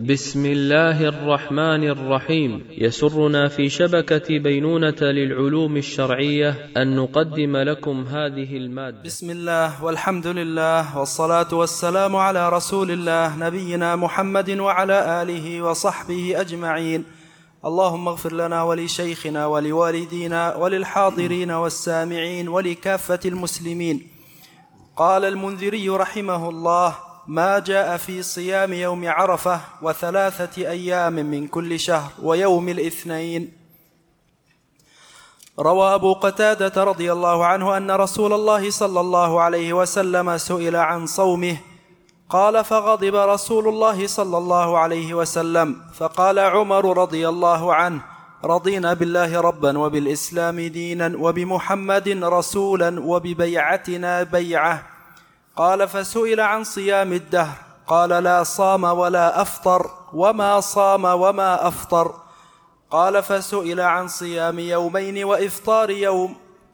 بسم الله الرحمن الرحيم. يسرنا في شبكة بينونة للعلوم الشرعية أن نقدم لكم هذه المادة. بسم الله والحمد لله والصلاة والسلام على رسول الله نبينا محمد وعلى آله وصحبه أجمعين. اللهم اغفر لنا ولشيخنا ولوالدينا وللحاضرين والسامعين ولكافة المسلمين. قال المنذري رحمه الله: ما جاء في صيام يوم عرفة و3 أيام من كل شهر ويوم الاثنين. روى أبو قتادة رضي الله عنه أن رسول الله صلى الله عليه وسلم سئل عن صومه، قال: فغضب رسول الله صلى الله عليه وسلم، فقال عمر رضي الله عنه: رضينا بالله ربا وبالإسلام دينا وبمحمد رسولا وببيعتنا بيعة. قال: فسئل عن صيام الدهر، قال: لا صام ولا أفطر، وما صام وما أفطر. قال: فسئل عن صيام يومين وإفطار يوم،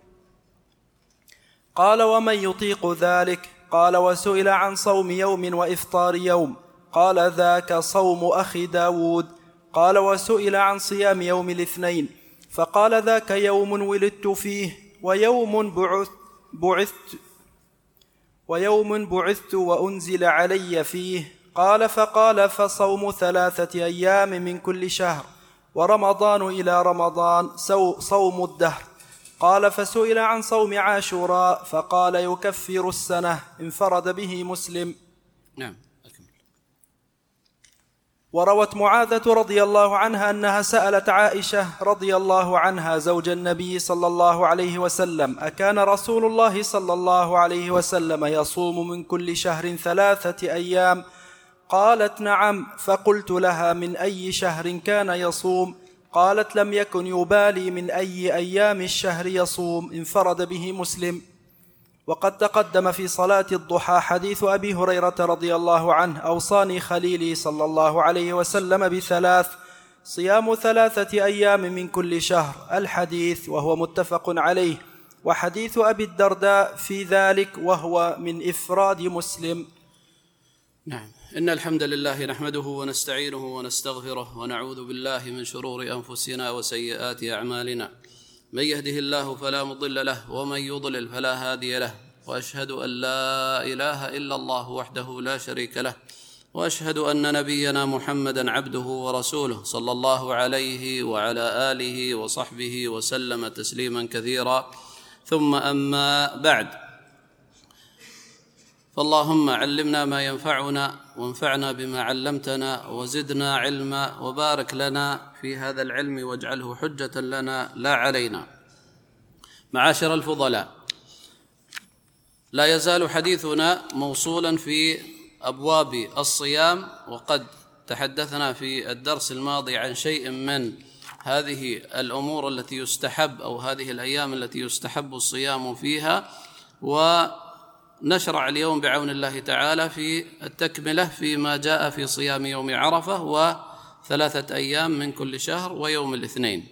قال: ومن يطيق ذلك؟ قال: وسئل عن صوم يوم وإفطار يوم، قال: ذاك صوم أخي داود. قال: وسئل عن صيام يوم الاثنين، فقال: ذاك يوم ولدت فيه ويوم بعثت وأنزل علي فيه. قال: فقال: فصوم 3 أيام من كل شهر، ورمضان إلى رمضان صوم الدهر. قال: فسئل عن صوم عاشوراء، فقال: يكفر السنة. انفرد به مسلم. نعم. وروت معاذة رضي الله عنها أنها سألت عائشة رضي الله عنها زوج النبي صلى الله عليه وسلم: أكان رسول الله صلى الله عليه وسلم يصوم من كل شهر 3 أيام؟ قالت: نعم. فقلت لها: من أي شهر كان يصوم؟ قالت: لم يكن يبالي من أي أيام الشهر يصوم. انفرد به مسلم. وقد تقدم في صلاة الضحى حديث أبي هريرة رضي الله عنه: أوصاني خليلي صلى الله عليه وسلم ب3: صيام 3 أيام من كل شهر. الحديث وهو متفق عليه. وحديث أبي الدرداء في ذلك وهو من إفراد مسلم. نعم. إن الحمد لله نحمده ونستعينه ونستغفره ونعوذ بالله من شرور أنفسنا وسيئات أعمالنا. من يهده الله فلا مضل له ومن يضلل فلا هادي له، وأشهد أن لا إله إلا الله وحده لا شريك له، وأشهد أن نبينا محمدا عبده ورسوله صلى الله عليه وعلى آله وصحبه وسلم تسليما كثيرا. ثم أما بعد، فاللهم علمنا ما ينفعنا وانفعنا بما علمتنا وزدنا علما، وبارك لنا في هذا العلم واجعله حجة لنا لا علينا. معاشر الفضلاء، لا يزال حديثنا موصولا في أبواب الصيام، وقد تحدثنا في الدرس الماضي عن شيء من هذه الأمور التي يستحب، أو هذه الأيام التي يستحب الصيام فيها، ونشرع اليوم بعون الله تعالى في التكملة فيما جاء في صيام يوم عرفة و3 أيام من كل شهر ويوم الاثنين.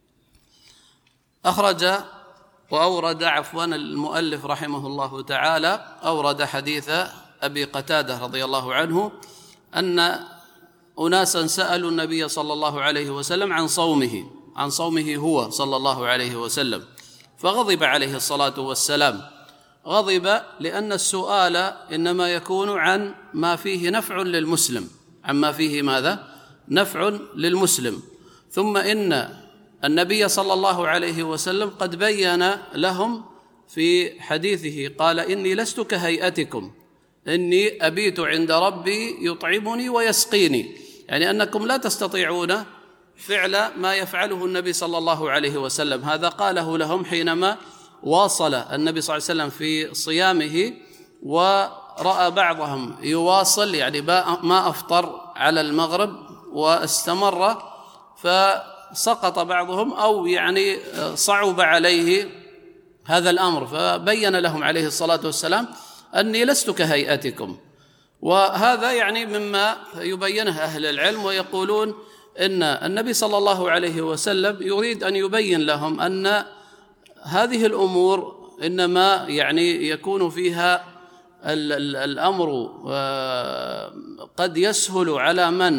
أورد المؤلف رحمه الله تعالى أورد حديث أبي قتادة رضي الله عنه أن أناسا سألوا النبي صلى الله عليه وسلم عن صومه هو صلى الله عليه وسلم، فغضب عليه الصلاة والسلام. غضب لأن السؤال إنما يكون عن ما فيه نفع للمسلم، عما فيه ماذا؟ نفع للمسلم. ثم إن النبي صلى الله عليه وسلم قد بين لهم في حديثه، قال: إني لست كهيئتكم، إني أبيت عند ربي يطعمني ويسقيني، يعني أنكم لا تستطيعون فعل ما يفعله النبي صلى الله عليه وسلم. هذا قاله لهم حينما واصل النبي صلى الله عليه وسلم في صيامه، ورأى بعضهم يواصل، يعني ما أفطر على المغرب واستمر، فسقط بعضهم أو يعني صعب عليه هذا الأمر، فبين لهم عليه الصلاة والسلام: أني لست كهيئتكم. وهذا يعني مما يبينه أهل العلم، ويقولون إن النبي صلى الله عليه وسلم يريد أن يبين لهم أن هذه الأمور إنما يعني يكون فيها الأمر قد يسهل على من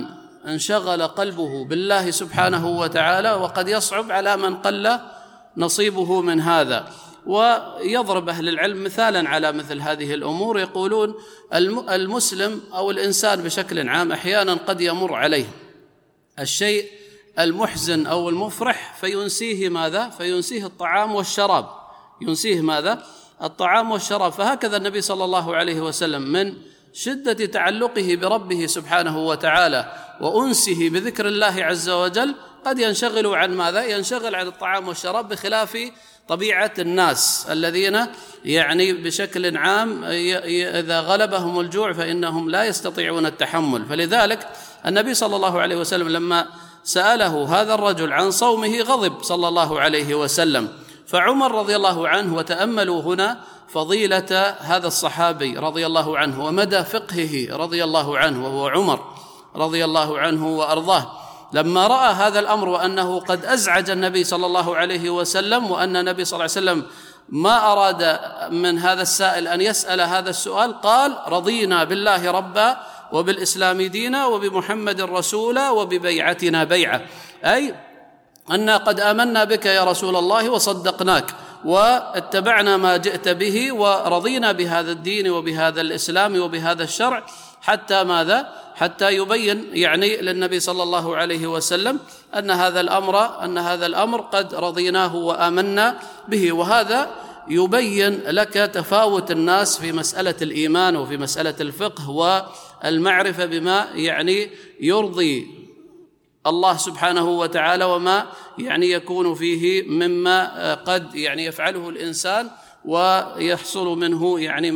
انشغل قلبه بالله سبحانه وتعالى، وقد يصعب على من قل نصيبه من هذا. ويضرب أهل العلم مثالا على مثل هذه الأمور، يقولون المسلم أو الإنسان بشكل عام أحيانا قد يمر عليه الشيء المحزن أو المفرح فينسيه ماذا؟ فينسيه الطعام والشراب، ينسيه ماذا؟ الطعام والشراب. فهكذا النبي صلى الله عليه وسلم من شدة تعلقه بربه سبحانه وتعالى وأنسه بذكر الله عز وجل قد ينشغل عن ماذا؟ ينشغل عن الطعام والشراب، بخلاف طبيعة الناس الذين يعني بشكل عام إذا غلبهم الجوع فإنهم لا يستطيعون التحمل. فلذلك النبي صلى الله عليه وسلم لما سأله هذا الرجل عن صومه غضب صلى الله عليه وسلم. فعمر رضي الله عنه، وتأملوا هنا فضيلة هذا الصحابي رضي الله عنه ومدى فقهه رضي الله عنه، وهو عمر رضي الله عنه وأرضاه، لما رأى هذا الأمر وأنه قد أزعج النبي صلى الله عليه وسلم، وأن النبي صلى الله عليه وسلم ما أراد من هذا السائل أن يسأل هذا السؤال، قال: رضينا بالله ربا وبالإسلام دينا وبمحمد رسولا وببيعتنا بيعة، أي أننا قد آمنا بك يا رسول الله وصدقناك واتبعنا ما جئت به ورضينا بهذا الدين وبهذا الإسلام وبهذا الشرع، حتى ماذا؟ حتى يبين يعني للنبي صلى الله عليه وسلم أن هذا الأمر قد رضيناه وآمنا به. وهذا يبين لك تفاوت الناس في مسألة الإيمان وفي مسألة الفقه والمعرفة بما يعني يرضي الله سبحانه وتعالى، وما يعني يكون فيه مما قد يعني يفعله الإنسان ويحصل منه يعني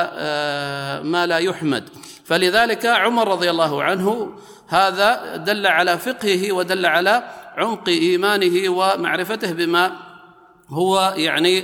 ما لا يحمد. فلذلك عمر رضي الله عنه هذا دل على فقهه ودل على عمق إيمانه ومعرفته بما هو يعني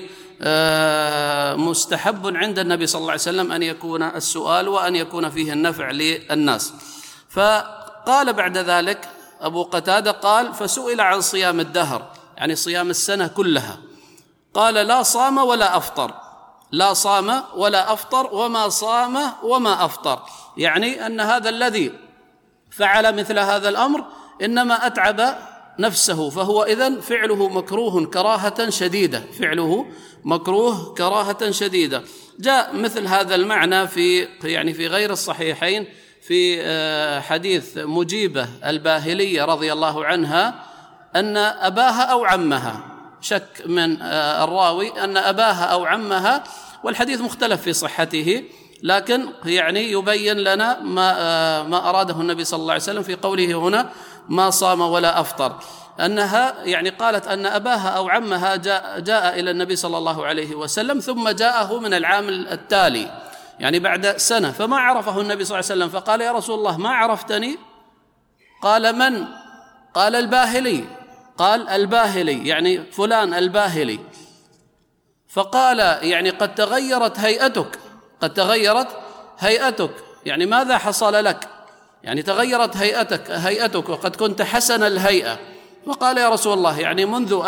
مستحب عند النبي صلى الله عليه وسلم أن يكون السؤال وأن يكون فيه النفع للناس. فقال بعد ذلك أبو قتادة قال: فسئل عن صيام الدهر، يعني صيام السنة كلها، قال: لا صام ولا أفطر، لا صام ولا أفطر، وما صام وما أفطر، يعني أن هذا الذي فعل مثل هذا الأمر إنما أتعب نفسه، فهو إذن فعله مكروه كراهة شديدة، فعله مكروه كراهة شديدة. جاء مثل هذا المعنى في غير الصحيحين في حديث مجيبة الباهلية رضي الله عنها أن أباها أو عمها، شك من الراوي أن أباها أو عمها، والحديث مختلف في صحته، لكن يعني يبين لنا ما أراده النبي صلى الله عليه وسلم في قوله هنا: ما صام ولا أفطر، أنها يعني قالت أن أباها أو عمها جاء إلى النبي صلى الله عليه وسلم، ثم جاءه من العام التالي يعني بعد سنة، فما عرفه النبي صلى الله عليه وسلم، فقال: يا رسول الله ما عرفتني؟ قال: من؟ قال: الباهلي. قال: الباهلي يعني فلان الباهلي. فقال: يعني قد تغيرت هيئتك، قد تغيرت هيئتك، يعني ماذا حصل لك؟ يعني تغيرت هيئتك وقد كنت حسن الهيئة. فقال: يا رسول الله يعني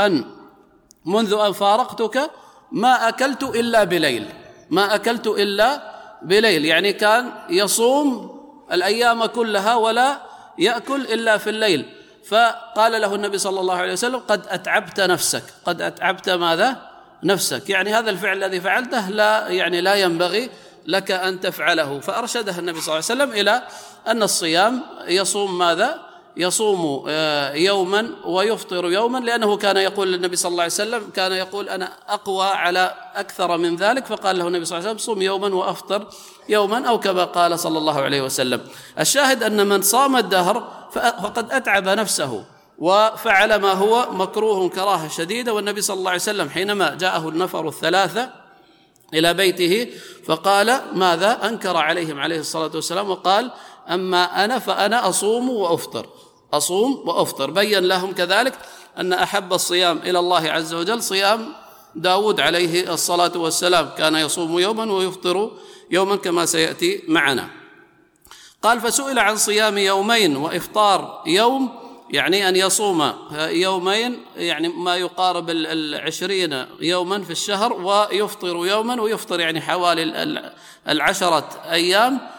منذ أن فارقتك ما أكلت إلا بليل، ما أكلت إلا بليل، يعني كان يصوم الأيام كلها ولا يأكل إلا في الليل. فقال له النبي صلى الله عليه وسلم: قد أتعبت نفسك، قد أتعبت ماذا؟ نفسك، يعني هذا الفعل الذي فعلته لا ينبغي لك أن تفعله. فأرشده النبي صلى الله عليه وسلم إلى أن الصيام يصوم ماذا؟ يصوم يوما ويفطر يوما، لأنه كان يقول للنبي صلى الله عليه وسلم، كان يقول: أنا أقوى على أكثر من ذلك، فقال له النبي صلى الله عليه وسلم: صوم يوما وأفطر يوما، أو كما قال صلى الله عليه وسلم. الشاهد أن من صام الدهر فقد أتعب نفسه وفعل ما هو مكروه كراهة شديدة. والنبي صلى الله عليه وسلم حينما جاءه النفر الثلاثة إلى بيته فقال ماذا؟ أنكر عليهم عليه الصلاة والسلام وقال: أما أنا فأنا أصوم وأفطر، أصوم وأفطر. بين لهم كذلك أن أحب الصيام إلى الله عز وجل صيام داود عليه الصلاة والسلام، كان يصوم يوما ويفطر يوما كما سيأتي معنا. قال: فسئل عن صيام يومين وإفطار يوم، يعني أن يصوم يومين، يعني ما يقارب 20 يوما في الشهر، ويفطر يوما، ويفطر يعني حوالي 10 أيام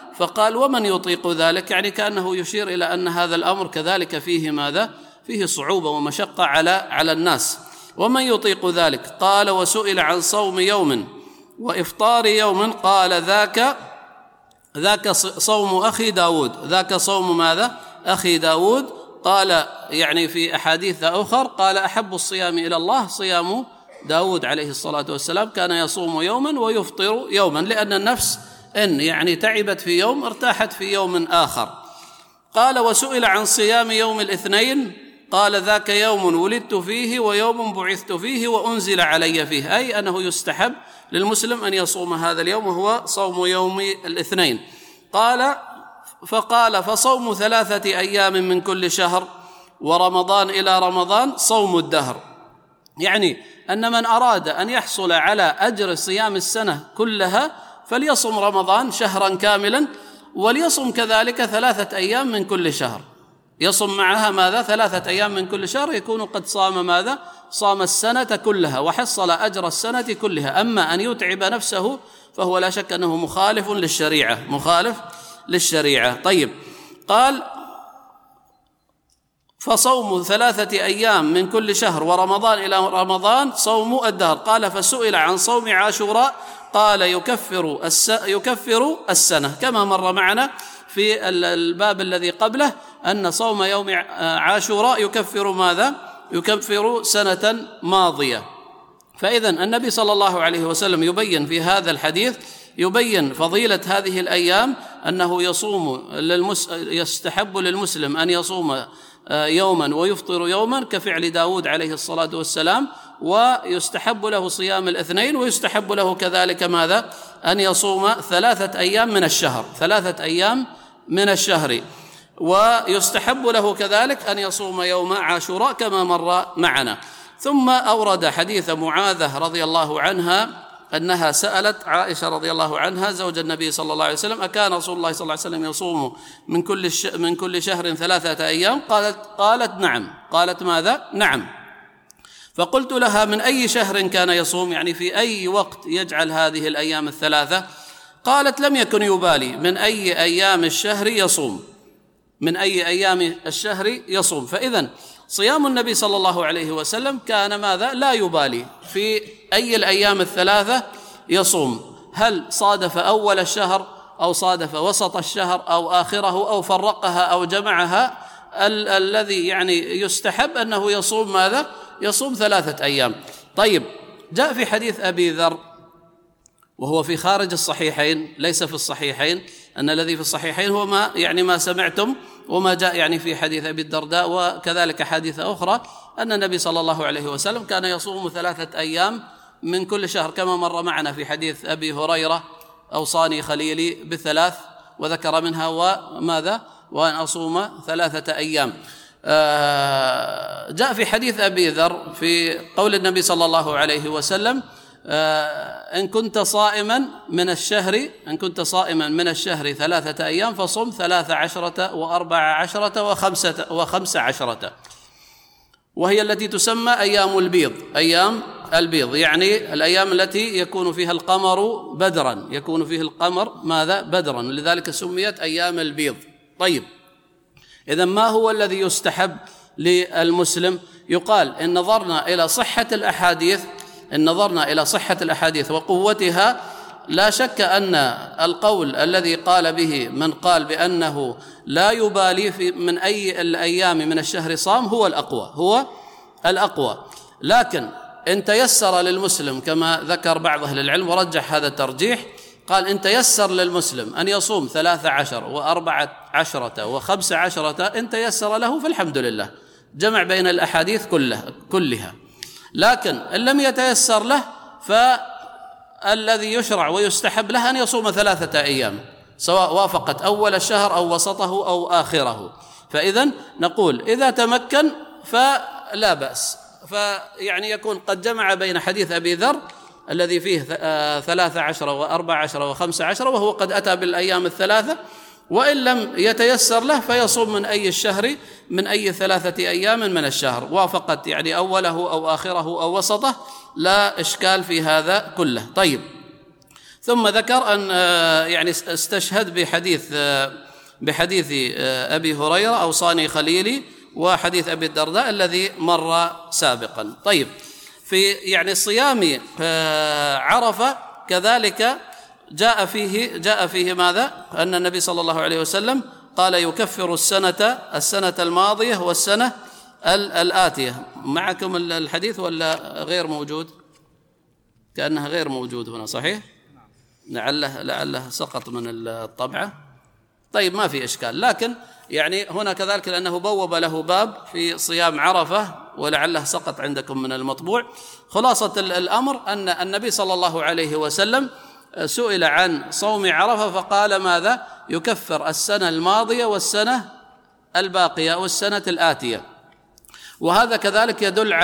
فقال ومن يطيق ذلك، يعني كأنه يشير إلى أن هذا الأمر كذلك فيه ماذا؟ فيه صعوبة ومشقة على الناس. ومن يطيق ذلك؟ قال وسئل عن صوم يوم وإفطار يوم قال ذاك صوم أخي داود. ذاك صوم ماذا؟ أخي داود. قال يعني في أحاديث أخر قال أحب الصيام إلى الله صيام داود عليه الصلاة والسلام، كان يصوم يوما ويفطر يوما، لأن النفس إن يعني تعبت في يوم ارتاحت في يوم آخر. قال وسئل عن صيام يوم الاثنين قال ذاك يوم ولدت فيه ويوم بعثت فيه وأنزل علي فيه، أي أنه يستحب للمسلم أن يصوم هذا اليوم وهو صوم يوم الاثنين. فقال فصوم 3 أيام من كل شهر ورمضان إلى رمضان صوم الدهر، يعني أن من أراد أن يحصل على أجر صيام السنة كلها فليصم رمضان شهرا كاملا، وليصم كذلك 3 أيام من كل شهر، يصم معها ماذا؟ 3 أيام من كل شهر، يكون قد صام ماذا؟ صام السنة كلها وحصل أجر السنة كلها. أما أن يتعب نفسه فهو لا شك أنه مخالف للشريعة. طيب، قال فصوم 3 أيام من كل شهر ورمضان إلى رمضان صوم الدهر. قال فسئل عن صوم عاشوراء قال يكفر السنة، كما مر معنا في الباب الذي قبله أن صوم يوم عاشوراء يكفر ماذا؟ يكفر سنة ماضية. فإذن النبي صلى الله عليه وسلم يبين في هذا الحديث يبين فضيلة هذه الأيام، أنه يستحب للمسلم أن يصوم يوما ويفطر يوما كفعل داود عليه الصلاة والسلام، ويستحب له صيام الاثنين، ويستحب له كذلك ماذا؟ أن يصوم 3 أيام من الشهر، 3 أيام من الشهر، ويستحب له كذلك أن يصوم يوم عاشوراء كما مر معنا. ثم أورد حديث معاذة رضي الله عنها أنها سألت عائشة رضي الله عنها زوج النبي صلى الله عليه وسلم أكان رسول الله صلى الله عليه وسلم يصوم من كل شهر 3 أيام؟ قالت نعم. قالت ماذا؟ نعم. فقلت لها من أي شهر كان يصوم، يعني في أي وقت يجعل هذه الأيام 3؟ قالت لم يكن يبالي من أي أيام الشهر يصوم، من أي أيام الشهر يصوم. فإذن صيام النبي صلى الله عليه وسلم كان ماذا؟ لا يبالي في أي الأيام 3 يصوم، هل صادف أول الشهر أو صادف وسط الشهر أو آخره أو فرقها أو جمعها. الذي يعني يستحب أنه يصوم ماذا؟ يصوم 3 أيام. طيب، جاء في حديث أبي ذر وهو في خارج الصحيحين ليس في الصحيحين، أن الذي في الصحيحين هو ما سمعتم وما جاء يعني في حديث أبي الدرداء وكذلك حديث أخرى، أن النبي صلى الله عليه وسلم كان يصوم 3 أيام من كل شهر، كما مر معنا في حديث أبي هريرة أوصاني خليلي ب3 وذكر منها وماذا؟ وأن أصوم 3 أيام. جاء في حديث أبي ذر في قول النبي صلى الله عليه وسلم إن كنت صائما من الشهر 3 أيام فصم 13 و14 و15، وهي التي تسمى أيام البيض، يعني الأيام التي يكون فيها القمر بدرا، يكون فيه القمر ماذا؟ بدرا، لذلك سميت أيام البيض. طيب، إذن ما هو الذي يستحب للمسلم؟ يقال إن نظرنا إلى صحة الأحاديث وقوتها، لا شك أن القول الذي قال به من قال بأنه لا يبالي من أي الأيام من الشهر صام هو الأقوى. لكن إن تيسر للمسلم كما ذكر بعض أهل العلم ورجح هذا الترجيح، قال إن تيسر للمسلم أن يصوم 13 و14 و15 إن تيسر له فالحمد لله، جمع بين الأحاديث كلها. لكن إن لم يتيسر له فالذي يشرع ويستحب له أن يصوم 3 أيام، سواء وافقت أول الشهر أو وسطه أو آخره. فإذن نقول إذا تمكن فلا بأس، فيعني يكون قد جمع بين حديث أبي ذر الذي فيه 13 و14 و15 وهو قد أتى بالأيام 3، وإن لم يتيسر له فيصوم من أي الشهر من أي 3 أيام من الشهر، وافقت يعني أوله أو آخره أو وسطه، لا إشكال في هذا كله. طيب، ثم ذكر أن يعني استشهد بحديث أبي هريرة أوصاني خليلي، وحديث أبي الدرداء الذي مر سابقا. طيب، في يعني صيام عرفة كذلك جاء فيه ماذا؟ أن النبي صلى الله عليه وسلم قال يكفر السنة الماضية والسنة الآتية. معكم الحديث ولا غير موجود؟ كأنها غير موجود هنا، صحيح؟ لعله سقط من الطبعة. طيب، ما في إشكال، لكن يعني هنا كذلك لأنه بوب له باب في صيام عرفة، ولعله سقط عندكم من المطبوع. خلاصة الأمر أن النبي صلى الله عليه وسلم سئل عن صوم عرفة فقال ماذا؟ يكفر السنة الماضية والسنة الباقية والسنة الآتية. وهذا كذلك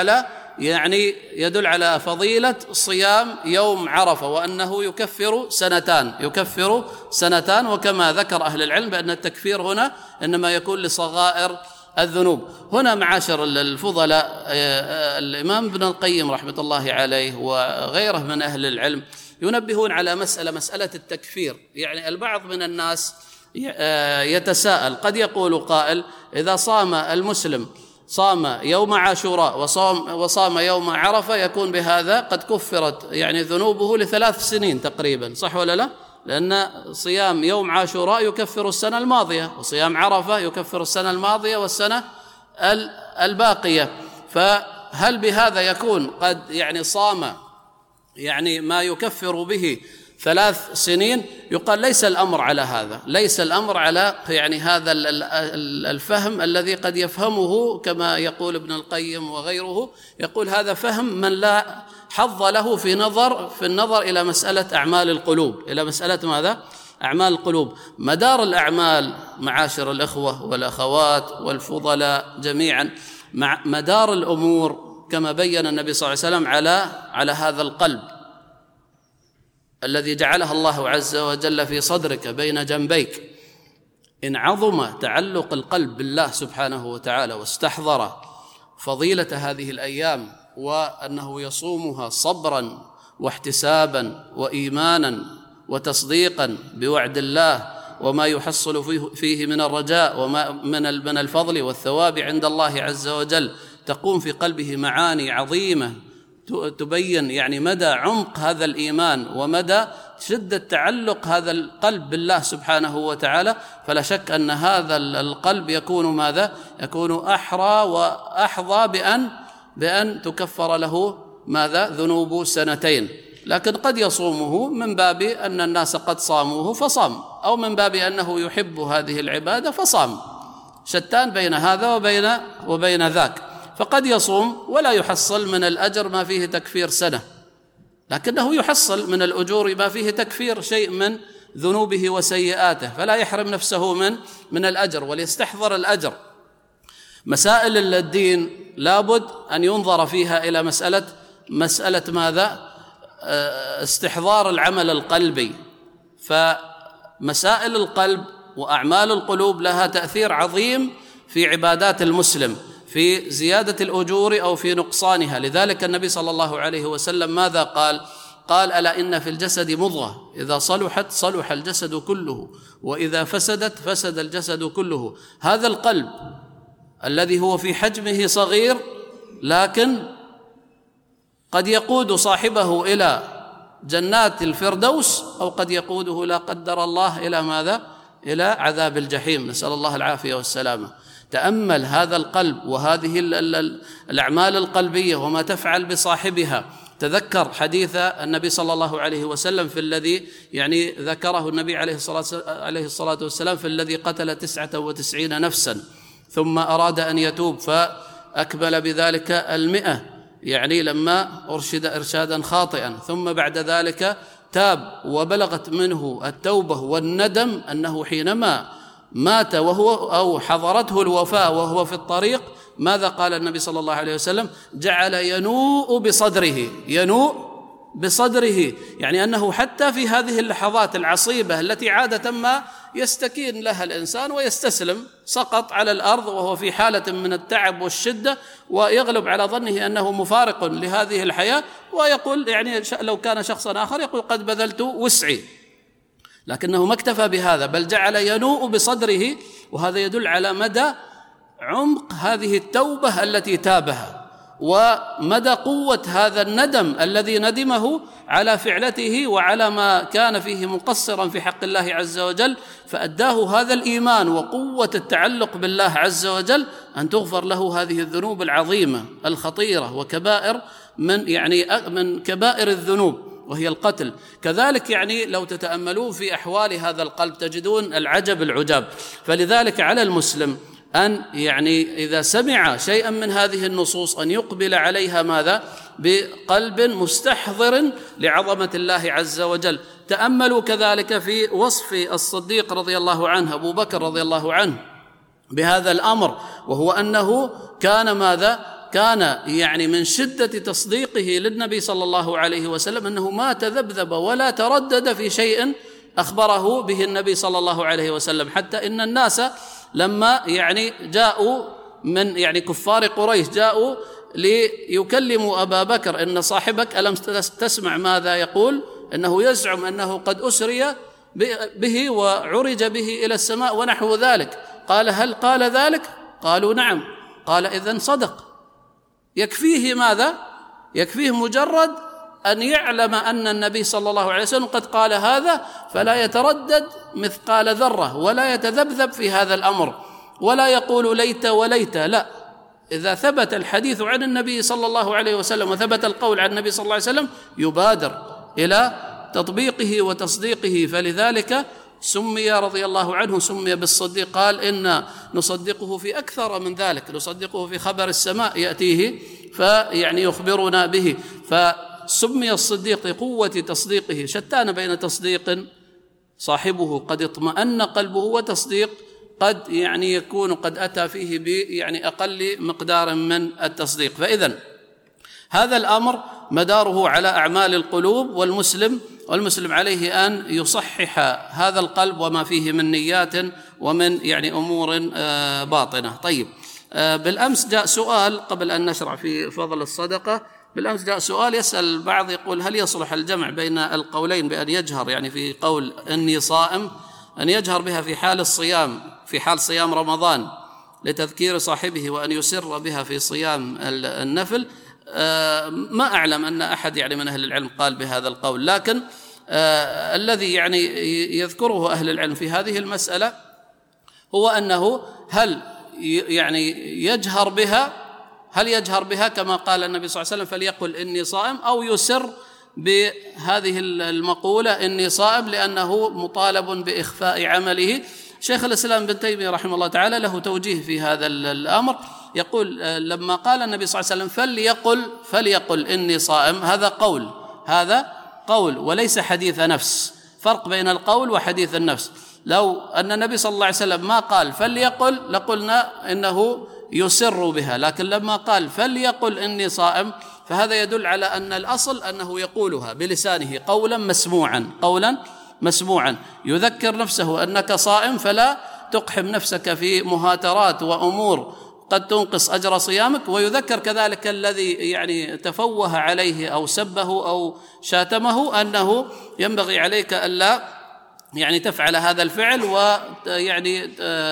يدل على فضيلة صيام يوم عرفة، وأنه يكفر سنتان، وكما ذكر أهل العلم بأن التكفير هنا إنما يكون لصغائر الذنوب. هنا معاشر الفضلاء، الإمام ابن القيم رحمة الله عليه وغيره من أهل العلم ينبهون على مسألة التكفير. يعني البعض من الناس يتساءل، قد يقول قائل إذا صام المسلم صام يوم عاشوراء وصام يوم عرفة يكون بهذا قد كفرت يعني ذنوبه ل3 سنين تقريبا، صح ولا لا؟ لأن صيام يوم عاشوراء يكفر السنة الماضية، وصيام عرفة يكفر السنة الماضية والسنة الباقية. فهل بهذا يكون قد يعني صام يعني ما يكفر به 3 سنين؟ يقال ليس الأمر على هذا، ليس الأمر على يعني هذا الفهم الذي قد يفهمه كما يقول ابن القيم وغيره، يقول هذا فهم من لا حظ له في النظر إلى مسألة أعمال القلوب، إلى مسألة ماذا؟ أعمال القلوب. مدار الأعمال معاشر الإخوة والأخوات والفضلاء جميعا، مدار الأمور كما بين النبي صلى الله عليه وسلم على هذا القلب الذي جعلها الله عز وجل في صدرك بين جنبيك. إن عظم تعلق القلب بالله سبحانه وتعالى واستحضر فضيلة هذه الأيام وأنه يصومها صبرا واحتسابا وإيمانا وتصديقا بوعد الله وما يحصل فيه من الرجاء وما من الفضل والثواب عند الله عز وجل، تقوم في قلبه معاني عظيمة تبين يعني مدى عمق هذا الإيمان ومدى شدة تعلق هذا القلب بالله سبحانه وتعالى. فلا شك أن هذا القلب يكون ماذا؟ يكون أحرى وأحظى بأن تكفر له ماذا؟ ذنوب 2. لكن قد يصومه من باب أن الناس قد صاموه فصام، أو من باب أنه يحب هذه العبادة فصام، شتان بين هذا وبين ذاك. فقد يصوم ولا يحصل من الأجر ما فيه تكفير سنة، لكنه يحصل من الأجور ما فيه تكفير شيء من ذنوبه وسيئاته، فلا يحرم نفسه من الأجر وليستحضر الأجر. مسائل الدين لابد أن ينظر فيها إلى مسألة ماذا؟ استحضار العمل القلبي. فمسائل القلب وأعمال القلوب لها تأثير عظيم في عبادات المسلم، في زيادة الأجور أو في نقصانها. لذلك النبي صلى الله عليه وسلم ماذا قال؟ قال ألا إن في الجسد مضغة إذا صلحت صلح الجسد كله وإذا فسدت فسد الجسد كله. هذا القلب الذي هو في حجمه صغير لكن قد يقود صاحبه إلى جنات الفردوس، أو قد يقوده لا قدر الله إلى ماذا؟ إلى عذاب الجحيم، نسأل الله العافية والسلامة. تأمل هذا القلب وهذه الأعمال القلبية وما تفعل بصاحبها. تذكر حديث النبي صلى الله عليه وسلم في الذي يعني ذكره النبي عليه الصلاة والسلام في الذي قتل 99 نفسا ثم أراد أن يتوب فأكمل بذلك 100، يعني لما أرشد إرشادا خاطئا، ثم بعد ذلك تاب وبلغت منه التوبة والندم أنه حينما مات أو حضرته الوفاة وهو في الطريق، ماذا قال النبي صلى الله عليه وسلم؟ جعل ينوء بصدره، يعني أنه حتى في هذه اللحظات العصيبة التي عادة ما يستكين لها الإنسان ويستسلم، سقط على الأرض وهو في حالة من التعب والشدة، ويغلب على ظنه أنه مفارق لهذه الحياة، ويقول يعني لو كان شخصا آخر يقول قد بذلت وسعي، لكنه ما اكتفى بهذا بل جعل ينوء بصدره، وهذا يدل على مدى عمق هذه التوبة التي تابها، ومدى قوة هذا الندم الذي ندمه على فعلته وعلى ما كان فيه مقصرا في حق الله عز وجل، فأداه هذا الإيمان وقوة التعلق بالله عز وجل أن تغفر له هذه الذنوب العظيمة الخطيرة وكبائر من كبائر الذنوب وهي القتل. كذلك يعني لو تتأملون في أحوال هذا القلب تجدون العجب العجاب. فلذلك على المسلم أن يعني إذا سمع شيئا من هذه النصوص أن يقبل عليها ماذا؟ بقلب مستحضر لعظمة الله عز وجل. تأملوا كذلك في وصف الصديق رضي الله عنه أبو بكر رضي الله عنه بهذا الأمر، وهو أنه كان ماذا؟ كان يعني من شدة تصديقه للنبي صلى الله عليه وسلم أنه ما تذبذب ولا تردد في شيء أخبره به النبي صلى الله عليه وسلم، حتى إن الناس لما يعني جاءوا من يعني كفار قريش جاءوا ليكلموا أبا بكر إن صاحبك ألم تسمع ماذا يقول؟ إنه يزعم أنه قد أسري به وعرج به إلى السماء ونحو ذلك. قال هل قال ذلك؟ قالوا نعم. قال إذن صدق. يكفيه ماذا؟ يكفيه مجرد أن يعلم أن النبي صلى الله عليه وسلم قد قال هذا، فلا يتردد مثقال ذرة ولا يتذبذب في هذا الأمر ولا يقول ليت وليت، لا، إذا ثبت الحديث عن النبي صلى الله عليه وسلم وثبت القول عن النبي صلى الله عليه وسلم يبادر إلى تطبيقه وتصديقه. فلذلك سمي رضي الله عنه سمي بالصديق، قال إن نصدقه في أكثر من ذلك، نصدقه في خبر السماء يأتيه فيعني يخبرنا به. فسمي الصديق لقوة تصديقه. شتان بين تصديق صاحبه قد اطمأن قلبه وتصديق قد يعني يكون قد أتى فيه يعني أقل مقدار من التصديق. فإذن هذا الأمر مداره على أعمال القلوب، والمسلم عليه أن يصحح هذا القلب وما فيه من نيات ومن يعني أمور باطنة. طيب، بالأمس جاء سؤال قبل أن نشرع في فضل الصدقة. بالأمس جاء سؤال يسأل البعض يقول هل يصلح الجمع بين القولين بأن يجهر يعني في قول إني صائم أن يجهر بها في حال الصيام في حال صيام رمضان لتذكير صاحبه، وأن يسر بها في صيام النفل؟ ما أعلم أن أحد يعني من أهل العلم قال بهذا القول، لكن الذي يعني يذكره أهل العلم في هذه المسألة هو أنه هل يعني يجهر بها كما قال النبي صلى الله عليه وسلم فليقل إني صائم، أو يسر بهذه المقولة إني صائم لأنه مطالب بإخفاء عمله. شيخ الإسلام ابن تيمية رحمه الله تعالى له توجيه في هذا الأمر، يقول لما قال النبي صلى الله عليه وسلم فليقل إني صائم، هذا قول وليس حديث نفس. فرق بين القول وحديث النفس. لو أن النبي صلى الله عليه وسلم ما قال فليقل لقلنا إنه يسر بها، لكن لما قال فليقل إني صائم فهذا يدل على أن الأصل أنه يقولها بلسانه قولا مسموعا يذكر نفسه أنك صائم، فلا تقحم نفسك في مهاترات وأمور قد تنقص أجر صيامك. ويذكر كذلك الذي يعني تفوه عليه أو سبه أو شاتمه أنه ينبغي عليك ألا يعني تفعل هذا الفعل ويعني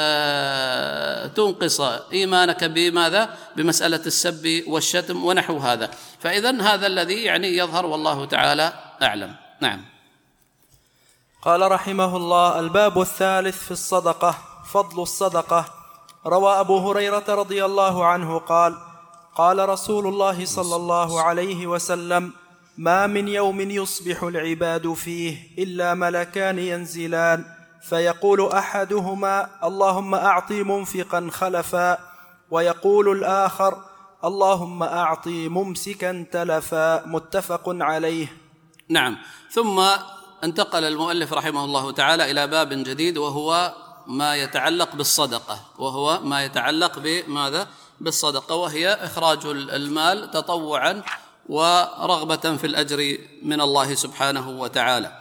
تنقص إيمانك بماذا؟ بمسألة السب والشتم ونحو هذا. فإذن هذا الذي يعني يظهر والله تعالى أعلم. نعم. قال رحمه الله: الباب الثالث في الصدقة، فضل الصدقة. روى أبو هريرة رضي الله عنه قال: قال رسول الله صلى الله عليه وسلم: ما من يوم يصبح العباد فيه إلا ملكان ينزلان فيقول أحدهما: اللهم أعطي منفقا خلفا، ويقول الآخر: اللهم أعطي ممسكا تلفا. متفق عليه. نعم. ثم انتقل المؤلف رحمه الله تعالى إلى باب جديد، وهو ما يتعلق بالصدقة، وهو ما يتعلق بماذا؟ بالصدقة، وهي إخراج المال تطوعا ورغبة في الأجر من الله سبحانه وتعالى.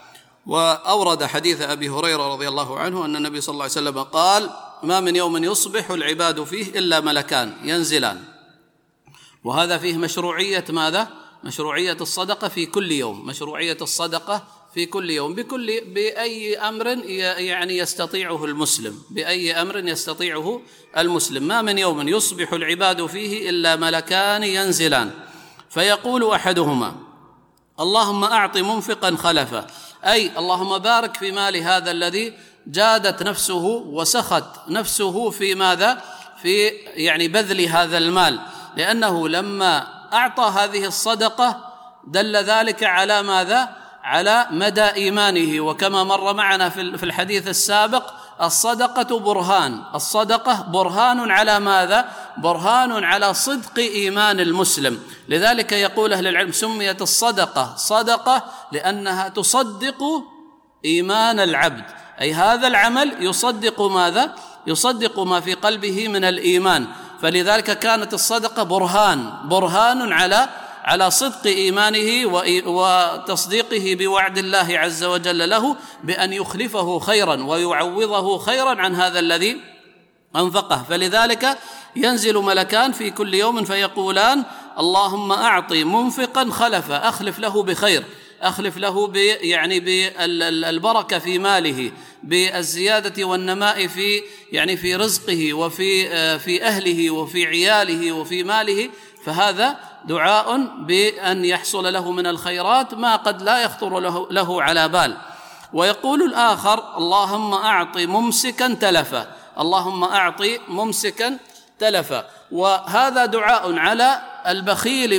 وأورد حديث أبي هريرة رضي الله عنه أن النبي صلى الله عليه وسلم قال: ما من يوم يصبح العباد فيه إلا ملكان ينزلان. وهذا فيه مشروعية ماذا؟ مشروعية الصدقة في كل يوم، مشروعية الصدقة في كل يوم بأي أمر يعني يستطيعه المسلم، بأي أمر يستطيعه المسلم. ما من يوم يصبح العباد فيه إلا ملكان ينزلان فيقول أحدهما: اللهم أعط منفقا خلفا، أي اللهم بارك في مال هذا الذي جادت نفسه وسخت نفسه في ماذا؟ في يعني بذل هذا المال، لأنه لما أعطى هذه الصدقة دل ذلك على ماذا؟ على مدى إيمانه. وكما مر معنا في الحديث السابق: الصدقة برهان، الصدقة برهان على ماذا؟ برهان على صدق إيمان المسلم. لذلك يقول أهل العلم: سميت الصدقة صدقة لأنها تصدق إيمان العبد، أي هذا العمل يصدق ماذا؟ يصدق ما في قلبه من الإيمان. فلذلك كانت الصدقة برهان على صدق إيمانه وتصديقه بوعد الله عز وجل له بأن يخلفه خيرا ويعوضه خيرا عن هذا الذي أنفقه. فلذلك ينزل ملكان في كل يوم فيقولان: اللهم أعط منفقا خلفا، أخلف له بخير، أخلف له يعني بالبركة في ماله، بالزيادة والنماء في رزقه وفي أهله وفي عياله وفي ماله. فهذا دعاء بأن يحصل له من الخيرات ما قد لا يخطر له على بال. ويقول الآخر: اللهم أعط ممسكا تلفا، اللهم أعط ممسكا تلفا. وهذا دعاء على البخيل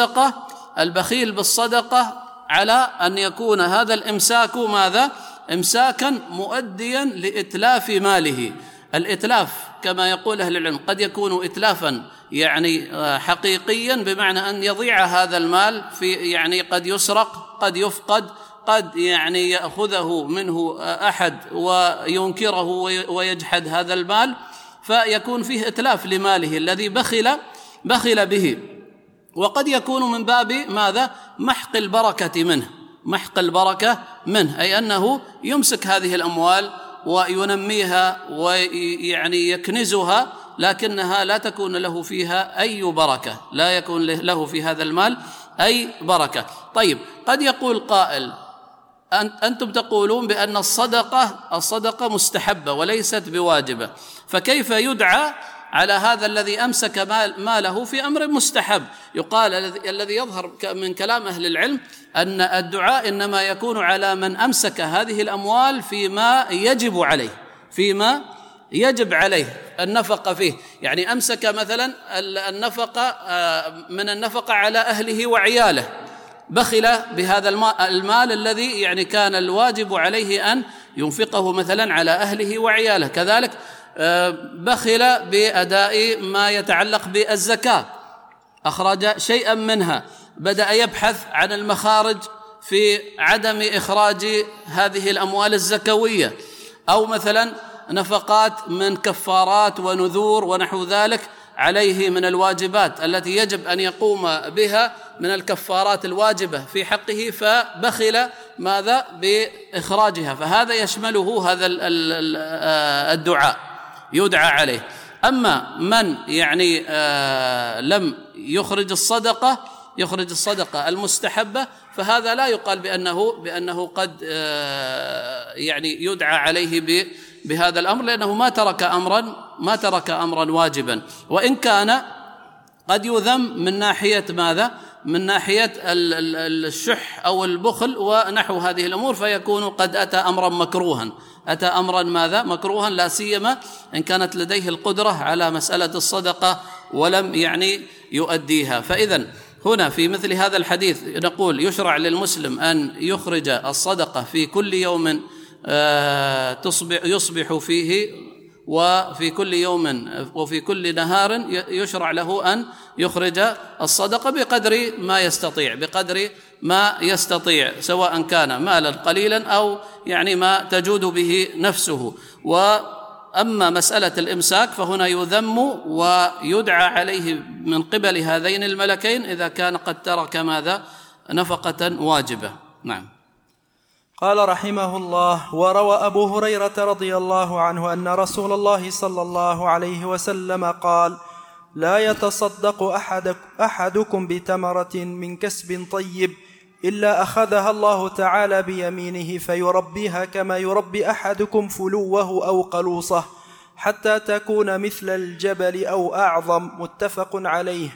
بالصدقة على أن يكون هذا الإمساك ماذا؟ إمساكا مؤديا لإتلاف ماله. الإتلاف كما يقول أهل العلم قد يكون إتلافا يعني حقيقيا، بمعنى أن يضيع هذا المال في يعني قد يسرق، قد يفقد، قد يعني يأخذه منه أحد وينكره ويجحد هذا المال، فيكون فيه إتلاف لماله الذي بخل به. وقد يكون من باب ماذا؟ محق البركة منه، أي أنه يمسك هذه الأموال وينميها ويعني يكنزها، لكنها لا تكون له فيها أي بركة، لا يكون له في هذا المال أي بركة. طيب، قد يقول قائل: أنتم تقولون بأن الصدقة مستحبة وليست بواجبة، فكيف يدعى على هذا الذي أمسك ماله في أمر مستحب؟ يقال الذي يظهر من كلام أهل العلم أن الدعاء إنما يكون على من أمسك هذه الأموال فيما يجب عليه النفقة فيه. يعني أمسك مثلا النفقة على أهله وعياله، بخل بهذا المال الذي يعني كان الواجب عليه أن ينفقه مثلا على أهله وعياله. كذلك بخل بأداء ما يتعلق بالزكاة، أخرج شيئا منها، بدأ يبحث عن المخارج في عدم إخراج هذه الأموال الزكوية، أو مثلا نفقات من كفارات ونذور ونحو ذلك عليه من الواجبات التي يجب أن يقوم بها من الكفارات الواجبة في حقه، فبخل ماذا؟ بإخراجها. فهذا يشمله هذا الدعاء، يدعى عليه. أما من يعني لم يخرج الصدقة المستحبة، فهذا لا يقال بأنه قد يعني يدعى عليه بهذا الأمر، لأنه ما ترك أمرا واجبا، وإن كان قد يذم من ناحية ماذا؟ من ناحية الشح أو البخل ونحو هذه الأمور، فيكون قد أتى أمرا ماذا؟ مكروها، لا سيما إن كانت لديه القدرة على مسألة الصدقة ولم يعني يؤديها. فإذن هنا في مثل هذا الحديث نقول يشرع للمسلم أن يخرج الصدقة في كل يوم يصبح فيه، وفي كل يوم وفي كل نهار يشرع له أن يخرج الصدقة بقدر ما يستطيع، سواء كان مالا قليلا أو يعني ما تجود به نفسه. وأما مسألة الإمساك فهنا يذم ويدعى عليه من قبل هذين الملكين إذا كان قد ترك ماذا؟ نفقة واجبة. نعم. قال رحمه الله: وروى أبو هريرة رضي الله عنه أن رسول الله صلى الله عليه وسلم قال: لا يتصدق أحدكم بتمرة من كسب طيب إلا أخذها الله تعالى بيمينه فيربيها كما يربي أحدكم فلوه أو قلوصه حتى تكون مثل الجبل أو أعظم. متفق عليه.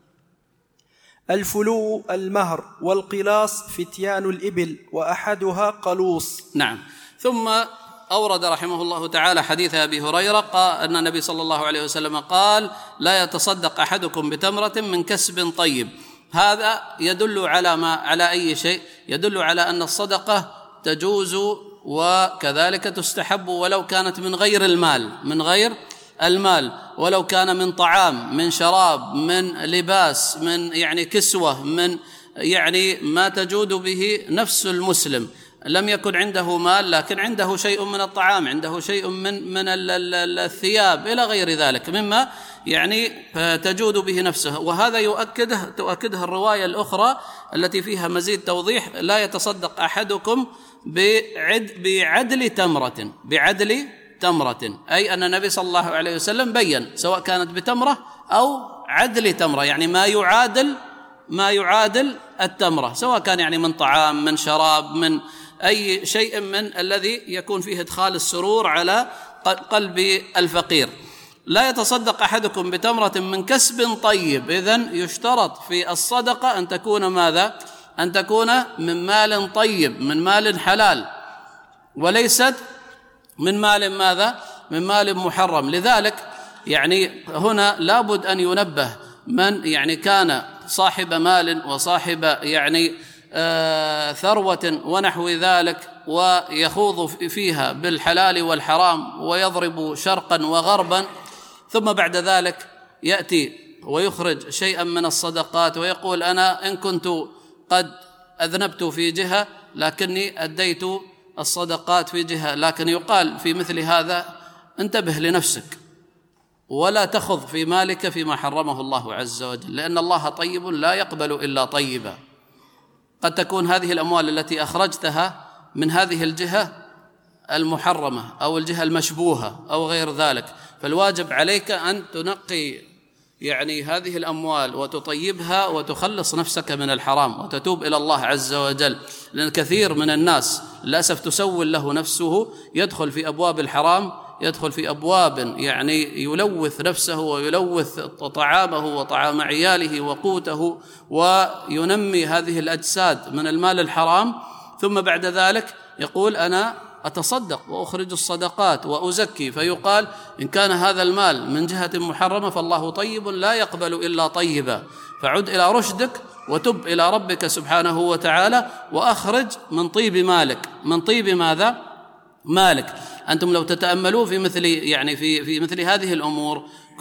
الفلو المهر، والقلاص فتيان الإبل، وأحدها قلوص. نعم. ثم أورد رحمه الله تعالى حديث أبي هريرة أن النبي صلى الله عليه وسلم قال: لا يتصدق أحدكم بتمرة من كسب طيب. هذا يدل على أي شيء؟ يدل على أن الصدقة تجوز وكذلك تستحب ولو كانت من غير المال، ولو كان من طعام، من شراب، من لباس، من كسوة، من ما تجود به نفس المسلم. لم يكن عنده مال لكن عنده شيء من الطعام، عنده شيء من الثياب إلى غير ذلك مما تجود به نفسه. وهذا تؤكده الرواية الأخرى التي فيها مزيد توضيح: لا يتصدق أحدكم بعدل تمرة، أي أن النبي صلى الله عليه وسلم بيّن سواء كانت بتمرة أو عدل تمرة، ما يعادل التمرة، سواء كان من طعام، من شراب، من أي شيء من الذي يكون فيه إدخال السرور على قلب الفقير. لا يتصدق أحدكم بتمرة من كسب طيب. إذن يشترط في الصدقة أن تكون ماذا؟ أن تكون من مال طيب، من مال حلال، وليست من مال ماذا؟ من مال محرم. لذلك هنا لابد أن ينبه من كان صاحب مال وصاحب ثروة ونحو ذلك، ويخوض فيها بالحلال والحرام ويضرب شرقا وغربا، ثم بعد ذلك يأتي ويخرج شيئا من الصدقات ويقول: أنا إن كنت قد أذنبت في جهة لكني أديت الصدقات في جهة. لكن يقال في مثل هذا: انتبه لنفسك ولا تخض في مالك فيما حرمه الله عز وجل، لأن الله طيب لا يقبل إلا طيبا. قد تكون هذه الأموال التي أخرجتها من هذه الجهة المحرمة أو الجهة المشبوهة أو غير ذلك، فالواجب عليك أن تنقي هذه الأموال وتطيبها وتخلص نفسك من الحرام وتتوب إلى الله عز وجل. لأن كثير من الناس للأسف تسول له نفسه، يدخل في أبواب الحرام، يدخل في أبواب يلوث نفسه ويلوث طعامه وطعام عياله وقوته، وينمي هذه الأجساد من المال الحرام، ثم بعد ذلك يقول: أنا أتصدق وأخرج الصدقات وأزكي، فيقال: إن كان هذا المال من جهة محرمة فالله طيب لا يقبل إلا طيبا، فعد إلى رشدك وتب إلى ربك سبحانه وتعالى وأخرج من طيب مالك. من طيب ماذا؟ مالك. أنتم لو تتأملوا في مثل في مثل هذه الأمور،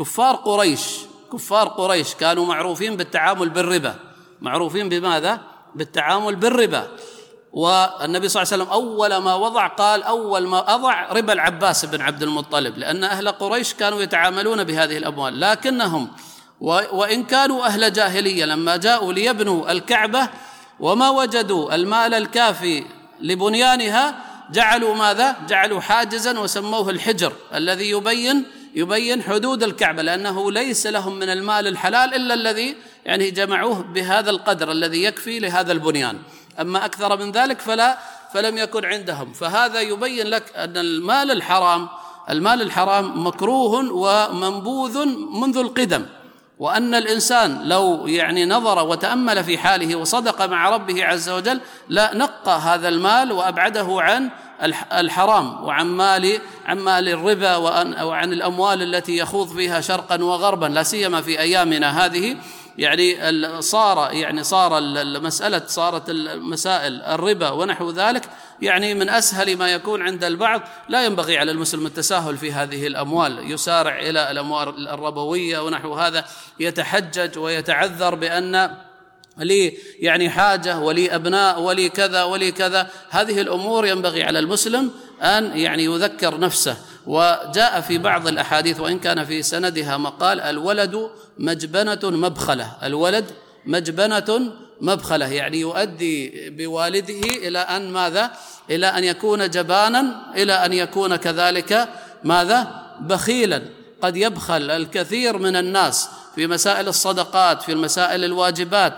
كفار قريش كانوا معروفين بالتعامل بالربا. معروفين بماذا؟ بالتعامل بالربا. والنبي صلى الله عليه وسلم أول ما وضع قال: أول ما أضع ربا العباس بن عبد المطلب، لأن أهل قريش كانوا يتعاملون بهذه الأموال، لكنهم وإن كانوا أهل جاهلية لما جاءوا ليبنوا الكعبة وما وجدوا المال الكافي لبنيانها جعلوا ماذا؟ جعلوا حاجزا وسموه الحجر الذي يبين حدود الكعبة، لأنه ليس لهم من المال الحلال إلا الذي جمعوه بهذا القدر الذي يكفي لهذا البنيان، أما أكثر من ذلك فلم يكن عندهم. فهذا يبين لك أن المال الحرام مكروه ومنبوذ منذ القدم، وأن الإنسان لو نظر وتأمل في حاله وصدق مع ربه عز وجل لا نقى هذا المال وأبعده عن الحرام وعن مال الربا وعن الأموال التي يخوض فيها شرقا وغربا، لا سيما في أيامنا هذه. صارت المسائل الربا ونحو ذلك من أسهل ما يكون عند البعض. لا ينبغي على المسلم التساهل في هذه الأموال، يسارع إلى الأموال الربوية ونحو هذا، يتحجج ويتعذر بأن لي حاجة ولي أبناء ولي كذا ولي كذا. هذه الأمور ينبغي على المسلم أن يذكر نفسه. وجاء في بعض الأحاديث وإن كان في سندها مقال: الولد مجبنة مبخلة. الولد مجبنة مبخلة، يعني يؤدي بوالده إلى أن ماذا؟ إلى أن يكون جبانا، إلى أن يكون كذلك ماذا؟ بخيلا. قد يبخل الكثير من الناس في مسائل الصدقات، في المسائل الواجبات،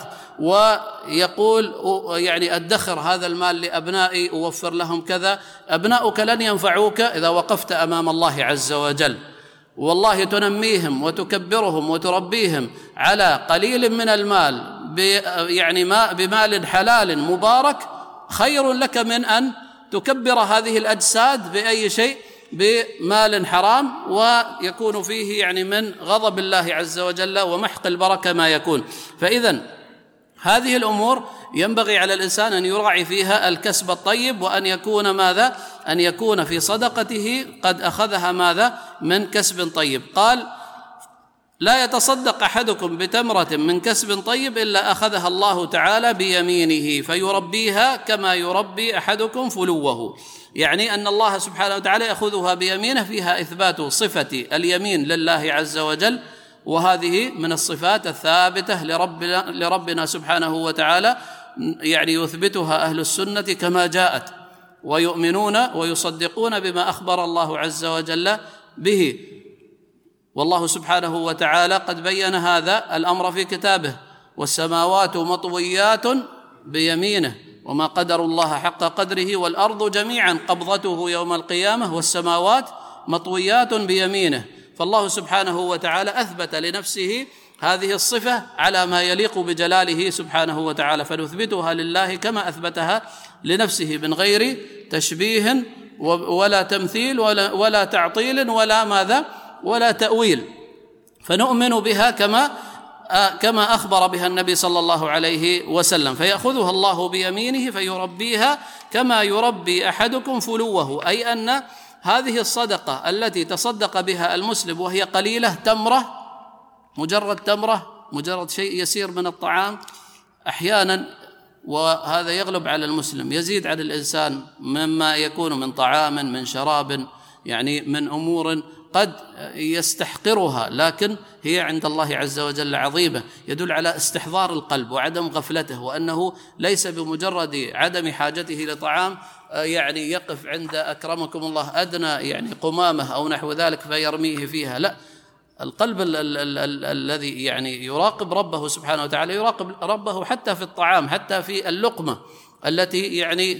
ويقول يعني أدخر هذا المال لأبنائي، أوفر لهم كذا. أبناؤك لن ينفعوك إذا وقفت أمام الله عز وجل، والله تنميهم وتكبرهم وتربيهم على قليل من المال يعني بمال حلال مبارك، خير لك من أن تكبر هذه الأجساد بأي شيء، بمال حرام، ويكون فيه يعني من غضب الله عز وجل ومحق البركة ما يكون. فإذن هذه الأمور ينبغي على الإنسان أن يراعي فيها الكسب الطيب، وأن يكون ماذا؟ أن يكون في صدقته قد أخذها ماذا؟ من كسب طيب. قال: لا يتصدق أحدكم بتمرة من كسب طيب إلا أخذها الله تعالى بيمينه فيربيها كما يربي أحدكم فلوه، يعني أن الله سبحانه وتعالى يأخذها بيمينه، فيها إثبات صفة اليمين لله عز وجل، وهذه من الصفات الثابتة لربنا سبحانه وتعالى، يعني يثبتها أهل السنة كما جاءت، ويؤمنون ويصدقون بما أخبر الله عز وجل به. والله سبحانه وتعالى قد بين هذا الأمر في كتابه: والسماوات مطويات بيمينه وما قدر الله حق قدره والأرض جميعا قبضته يوم القيامة والسماوات مطويات بيمينه. فالله سبحانه وتعالى أثبت لنفسه هذه الصفة على ما يليق بجلاله سبحانه وتعالى، فنثبتها لله كما أثبتها لنفسه من غير تشبيه ولا تمثيل ولا تعطيل ولا ماذا ولا تأويل، فنؤمن بها كما أخبر بها النبي صلى الله عليه وسلم. فيأخذها الله بيمينه فيربيها كما يربي أحدكم فلوه، أي أن هذه الصدقة التي تصدق بها المسلم وهي قليلة، تمرة، مجرد شيء يسير من الطعام، أحيانا وهذا يغلب على المسلم، يزيد على الإنسان مما يكون من طعام، من شراب، يعني من أمور قد يستحقرها، لكن هي عند الله عز وجل عظيمة، يدل على استحضار القلب وعدم غفلته، وأنه ليس بمجرد عدم حاجته لطعام يعني يقف عند أكرمكم الله أدنى يعني قمامة أو نحو ذلك فيرميه فيها، لا، القلب الذي يعني يراقب ربه سبحانه وتعالى يراقب ربه حتى في الطعام، حتى في اللقمة التي يعني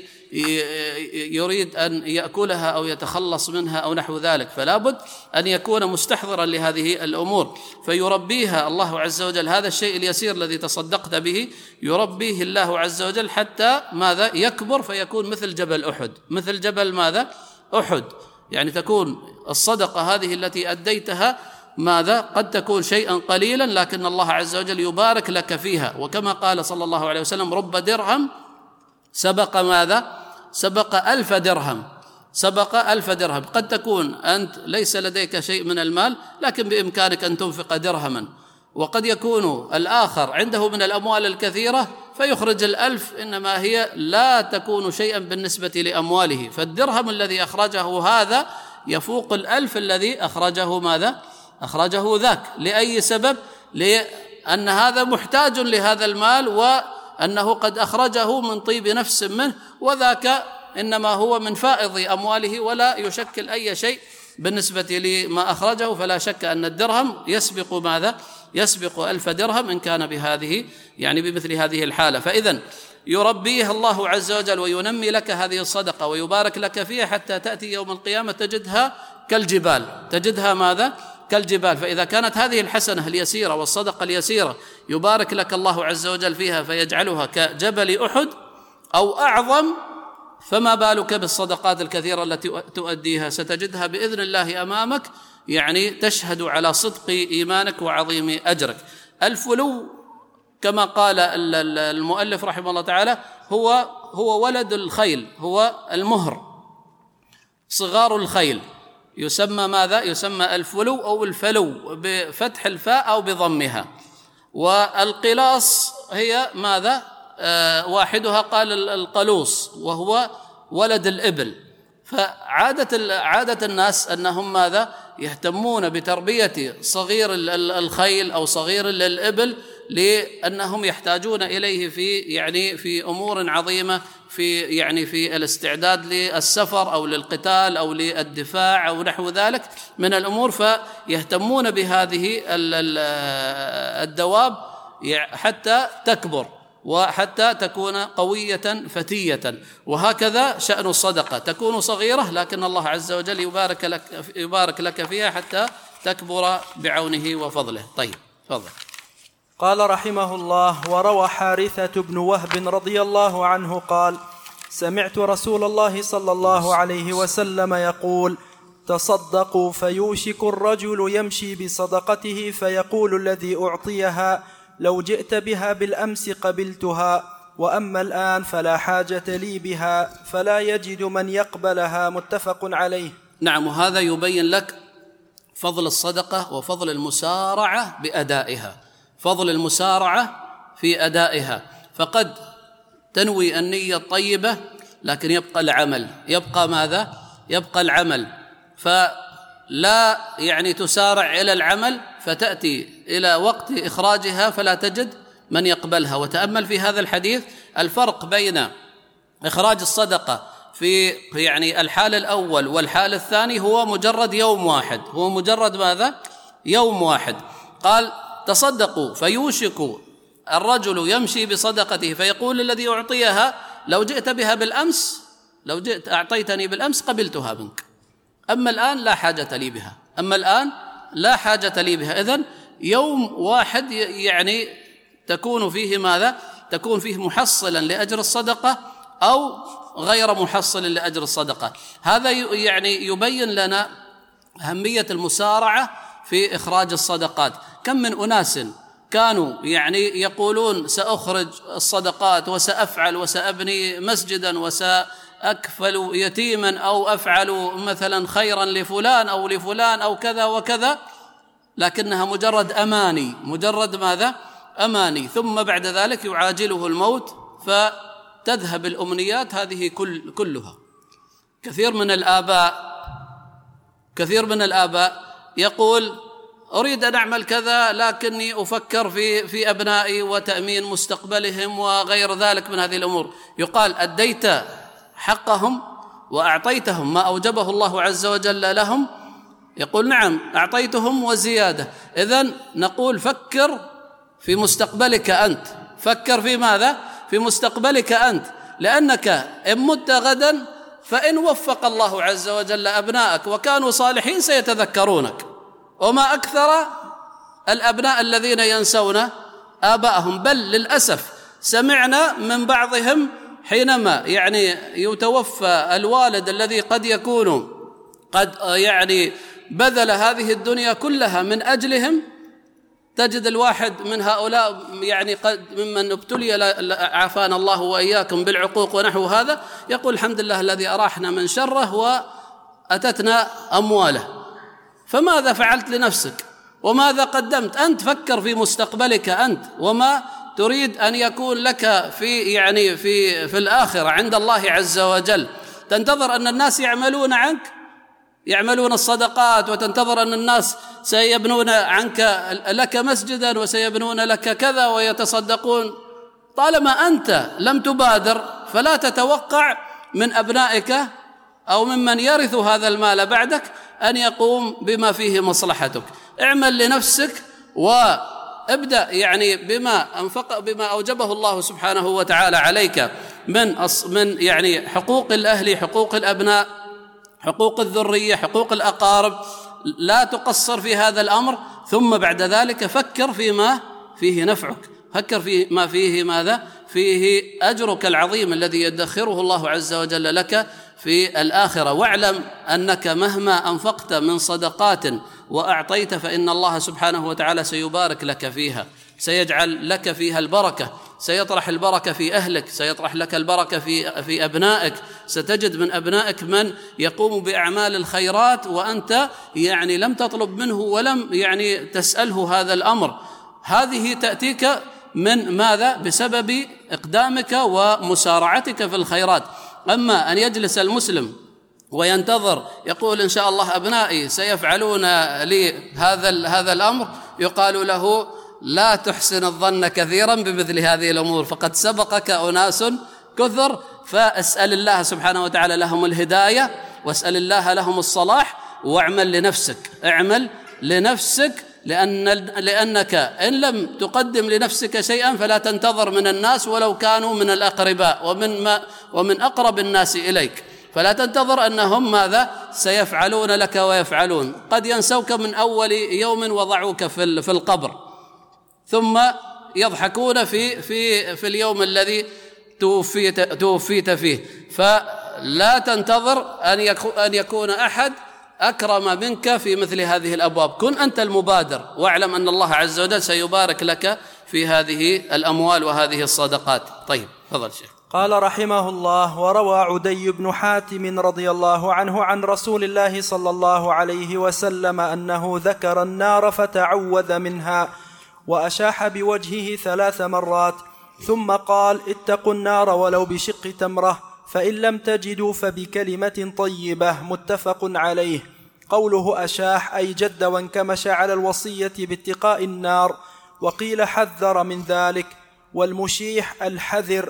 يريد أن يأكلها أو يتخلص منها أو نحو ذلك، فلا بد أن يكون مستحضرا لهذه الأمور، فيربيها الله عز وجل. هذا الشيء اليسير الذي تصدقت به يربيه الله عز وجل حتى ماذا؟ يكبر فيكون مثل جبل أحد، مثل جبل ماذا؟ أحد، يعني تكون الصدقة هذه التي أديتها ماذا؟ قد تكون شيئا قليلا لكن الله عز وجل يبارك لك فيها، وكما قال صلى الله عليه وسلم: رب درهم سبق ماذا؟ سبق 1000 درهم، سبق 1000 درهم. قد تكون أنت ليس لديك شيء من المال لكن بإمكانك أن تنفق درهما، وقد يكون الآخر عنده من الأموال الكثيرة فيخرج 1000، إنما هي لا تكون شيئا بالنسبة لأمواله، فالدرهم الذي أخرجه هذا يفوق 1000 الذي أخرجه ماذا؟ أخرجه ذاك. لأي سبب؟ لأن هذا محتاج لهذا المال، وأنه قد أخرجه من طيب نفس منه، وذاك إنما هو من فائض أمواله ولا يشكل أي شيء بالنسبة لما أخرجه. فلا شك أن الدرهم يسبق ماذا؟ يسبق 1000 درهم إن كان بهذه يعني بمثل هذه الحالة. فإذن يربيها الله عز وجل وينمي لك هذه الصدقة ويبارك لك فيها حتى تأتي يوم القيامة تجدها كالجبال، تجدها ماذا؟ كالجبال. فإذا كانت هذه الحسنة اليسيرة والصدقة اليسيرة يبارك لك الله عز وجل فيها فيجعلها كجبل أحد أو أعظم، فما بالك بالصدقات الكثيرة التي تؤديها؟ ستجدها بإذن الله أمامك يعني تشهد على صدق إيمانك وعظيم أجرك. الفلو كما قال المؤلف رحمه الله تعالى هو ولد الخيل، هو المهر، صغار الخيل، يسمى ماذا؟ يسمى الفلو أو الفلو بفتح الفاء أو بضمها. والقلاص هي ماذا؟ واحدها قال القلوص وهو ولد الإبل. فعادة الناس أنهم ماذا؟ يهتمون بتربية صغير الخيل أو صغير الإبل لأنهم يحتاجون إليه في أمور عظيمة، في الاستعداد للسفر أو للقتال أو للدفاع أو نحو ذلك من الأمور، فيهتمون بهذه الدواب حتى تكبر وحتى تكون قوية فتية. وهكذا شأن الصدقة، تكون صغيرة لكن الله عز وجل يبارك لك فيها حتى تكبر بعونه وفضله. طيب تفضل. قال رحمه الله: وروى حارثة بن وهب رضي الله عنه قال: سمعت رسول الله صلى الله عليه وسلم يقول: تصدقوا فيوشك الرجل يمشي بصدقته فيقول الذي أعطيها: لو جئت بها بالأمس قبلتها، وأما الآن فلا حاجة لي بها، فلا يجد من يقبلها. متفق عليه. نعم، وهذا يبين لك فضل الصدقة وفضل المسارعة بأدائها، فضل المسارعة في أدائها. فقد تنوي النية الطيبة لكن يبقى العمل، يبقى ماذا؟ يبقى العمل، فلا تسارع إلى العمل فتأتي إلى وقت إخراجها فلا تجد من يقبلها. وتأمل في هذا الحديث الفرق بين إخراج الصدقة في الحال الأول والحال الثاني هو مجرد يوم واحد، هو مجرد ماذا؟ يوم واحد. قال: تصدقوا فيوشك الرجل يمشي بصدقته فيقول الذي أعطيها: لو جئت بها بالأمس، لو جئت أعطيتني بالأمس قبلتها منك، أما الآن لا حاجة لي بها، أما الآن لا حاجة لي بها. إذن يوم واحد تكون فيه ماذا؟ تكون فيه محصلا لأجر الصدقة أو غير محصل لأجر الصدقة. هذا يبين لنا أهمية المسارعة في إخراج الصدقات. كم من أناس كانوا يقولون سأخرج الصدقات وسأفعل وسأبني مسجدا وسأكفل يتيما أو أفعل مثلا خيرا لفلان أو لفلان أو كذا وكذا، لكنها مجرد أماني، مجرد ماذا؟ أماني. ثم بعد ذلك يعاجله الموت فتذهب الأمنيات هذه كلها. كثير من الآباء يقول: أريد أن أعمل كذا لكني أفكر في أبنائي وتأمين مستقبلهم وغير ذلك من هذه الأمور. يقال: أديت حقهم وأعطيتهم ما أوجبه الله عز وجل لهم؟ يقول: نعم أعطيتهم وزيادة. إذن نقول: فكر في مستقبلك أنت، فكر في ماذا؟ في مستقبلك أنت، لأنك إن مت غدا فإن وفق الله عز وجل أبنائك وكانوا صالحين سيتذكرونك. وما أكثر الأبناء الذين ينسون آباءهم، بل للأسف سمعنا من بعضهم حينما يتوفى الوالد الذي قد يكون قد بذل هذه الدنيا كلها من أجلهم، تجد الواحد من هؤلاء قد ممن ابتلي عافانا الله وإياكم بالعقوق ونحو هذا، يقول: الحمد لله الذي أراحنا من شره وأتتنا أمواله. فماذا فعلت لنفسك؟ وماذا قدمت؟ أنت فكر في مستقبلك أنت، وما تريد أن يكون لك في الآخرة عند الله عز وجل. تنتظر أن الناس يعملون عنك، يعملون الصدقات، وتنتظر أن الناس سيبنون عنك لك مسجدا وسيبنون لك كذا ويتصدقون. طالما أنت لم تبادر فلا تتوقع من أبنائك أو ممن يرث هذا المال بعدك أن يقوم بما فيه مصلحتك. اعمل لنفسك وابدأ بما أوجبه الله سبحانه وتعالى عليك من حقوق الأهل، حقوق الأبناء، حقوق الذرية، حقوق الأقارب. لا تقصر في هذا الأمر، ثم بعد ذلك فكر فيما فيه نفعك، فكر في ما فيه ماذا؟ فيه أجرك العظيم الذي يدخره الله عز وجل لك في الآخرة. واعلم أنك مهما أنفقت من صدقات وأعطيت فإن الله سبحانه وتعالى سيبارك لك فيها، سيجعل لك فيها البركة، سيطرح البركة في أهلك، سيطرح لك البركة في أبنائك. ستجد من أبنائك من يقوم بأعمال الخيرات وأنت لم تطلب منه ولم تسأله هذا الأمر. هذه تأتيك من ماذا؟ بسبب إقدامك ومسارعتك في الخيرات. أما أن يجلس المسلم وينتظر يقول إن شاء الله أبنائي سيفعلون لي هذا الأمر، يقال له لا تحسن الظن كثيرا بمثل هذه الأمور، فقد سبقك أناس كثر، فاسأل الله سبحانه وتعالى لهم الهداية، واسأل الله لهم الصلاح، واعمل لنفسك، اعمل لنفسك، لأنك إن لم تقدم لنفسك شيئا فلا تنتظر من الناس ولو كانوا من الأقرباء ومن أقرب الناس إليك، فلا تنتظر أنهم ماذا سيفعلون لك ويفعلون. قد ينسوك من أول يوم وضعوك في القبر، ثم يضحكون في اليوم الذي توفيت فيه. فلا تنتظر أن يكون أحد أكرم منك في مثل هذه الأبواب، كن أنت المبادر، واعلم أن الله عز وجل سيبارك لك في هذه الأموال وهذه الصدقات. طيب تفضل شيخ. قال رحمه الله: وروى عدي بن حاتم رضي الله عنه عن رسول الله صلى الله عليه وسلم أنه ذكر النار فتعوذ منها وأشاح بوجهه 3 مرات، ثم قال: اتقوا النار ولو بشق تمرة، فإن لم تجدوا فبكلمة طيبة. متفق عليه. قوله أشاح أي جد وانكمش على الوصية باتقاء النار، وقيل حذر من ذلك، والمشيح الحذر،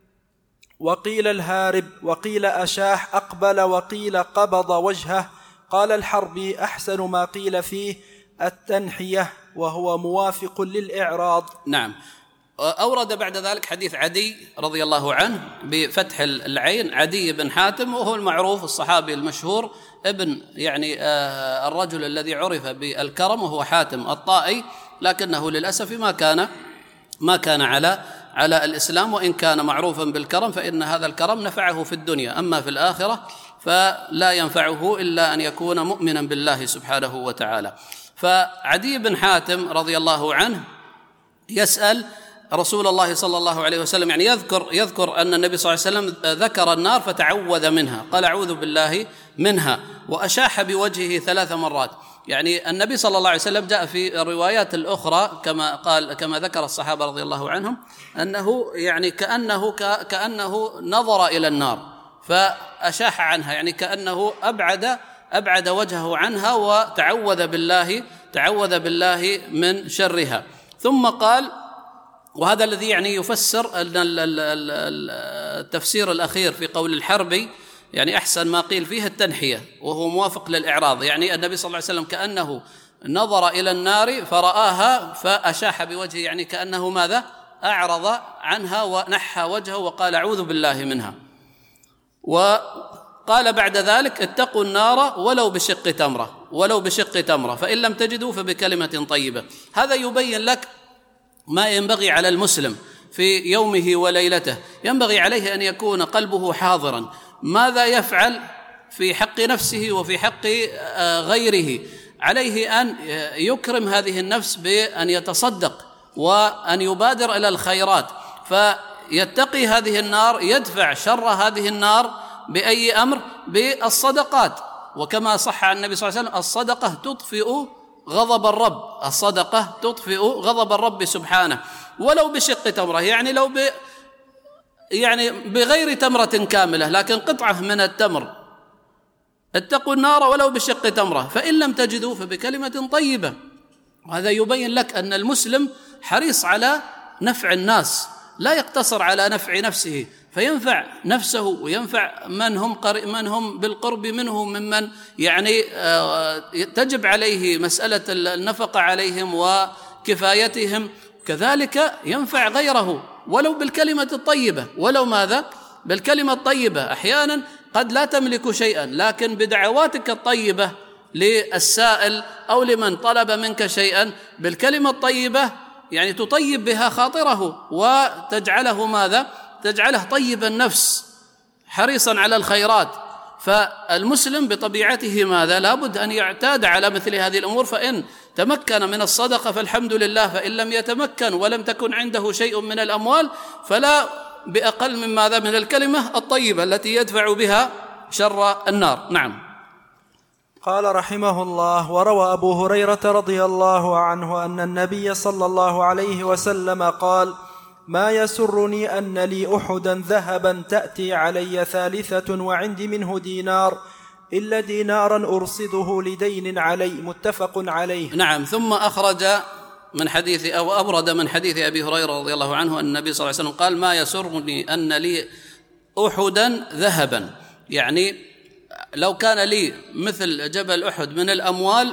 وقيل الهارب، وقيل أشاح أقبل، وقيل قبض وجهه. قال الحربي: أحسن ما قيل فيه التنحية، وهو موافق للإعراض. نعم. أورد بعد ذلك حديث عدي رضي الله عنه بفتح العين، عدي بن حاتم، وهو المعروف الصحابي المشهور ابن الرجل الذي عرف بالكرم، وهو حاتم الطائي، لكنه للأسف ما كان على الإسلام، وإن كان معروفا بالكرم فإن هذا الكرم نفعه في الدنيا، أما في الآخرة فلا ينفعه إلا أن يكون مؤمنا بالله سبحانه وتعالى. فعدي بن حاتم رضي الله عنه يسأل رسول الله صلى الله عليه وسلم، يعني يذكر أن النبي صلى الله عليه وسلم ذكر النار فتعوذ منها، قال: أعوذ بالله منها، وأشاح بوجهه 3 مرات. يعني النبي صلى الله عليه وسلم جاء في الروايات الأخرى كما ذكر الصحابة رضي الله عنهم أنه يعني كأنه نظر إلى النار فأشاح عنها، يعني كأنه أبعد وجهه عنها وتعوذ بالله من شرها. ثم قال، وهذا الذي يعني يفسر أن التفسير الأخير في قول الحربي يعني أحسن ما قيل فيه التنحية، وهو موافق للإعراض، يعني النبي صلى الله عليه وسلم كأنه نظر إلى النار فرآها فأشاح بوجهه، يعني كأنه ماذا أعرض عنها ونحى وجهه وقال: أعوذ بالله منها. وقال بعد ذلك: اتقوا النار ولو بشق تمرة، فإن لم تجدوا فبكلمة طيبة. هذا يبين لك ما ينبغي على المسلم في يومه وليلته، ينبغي عليه أن يكون قلبه حاضرا، ماذا يفعل في حق نفسه وفي حق غيره. عليه أن يكرم هذه النفس بأن يتصدق وأن يبادر إلى الخيرات، فيتقي هذه النار، يدفع شر هذه النار بأي أمر؟ بالصدقات. وكما صح عن النبي صلى الله عليه وسلم: الصدقة تطفئ غضب الرب سبحانه، ولو بشق تمرة، يعني يعني بغير تمرة كاملة، لكن قطعة من التمر. اتقوا النار ولو بشق تمرة، فإن لم تجدوا فبكلمة طيبة. وهذا يبين لك أن المسلم حريص على نفع الناس، لا يقتصر على نفع نفسه، فينفع نفسه وينفع من هم بالقرب منه، ممن يعني تجب عليه مسألة النفقة عليهم وكفايتهم، كذلك ينفع غيره ولو بالكلمة الطيبة. ولو ماذا؟ بالكلمة الطيبة. أحيانا قد لا تملك شيئا، لكن بدعواتك الطيبة للسائل أو لمن طلب منك شيئا بالكلمة الطيبة، يعني تطيب بها خاطره وتجعله ماذا؟ تجعله طيب النفس حريصا على الخيرات. فالمسلم بطبيعته ماذا؟ لابد أن يعتاد على مثل هذه الأمور، فإن تمكن من الصدقة فالحمد لله، فإن لم يتمكن ولم تكن عنده شيء من الأموال فلا بأقل من ماذا؟ من الكلمة الطيبة التي يدفع بها شر النار. نعم. قال رحمه الله: وروى أبو هريرة رضي الله عنه أن النبي صلى الله عليه وسلم قال: ما يسرني أن لي أحدا ذهبا تأتي علي 3 وعندي منه دينار، إلا دينارا أرصده لدين علي. متفق عليه. نعم. ثم أخرج من حديث أو أورد من حديث أبي هريرة رضي الله عنه أن النبي صلى الله عليه وسلم قال: ما يسرني أن لي أحدا ذهبا، يعني لو كان لي مثل جبل أحد من الأموال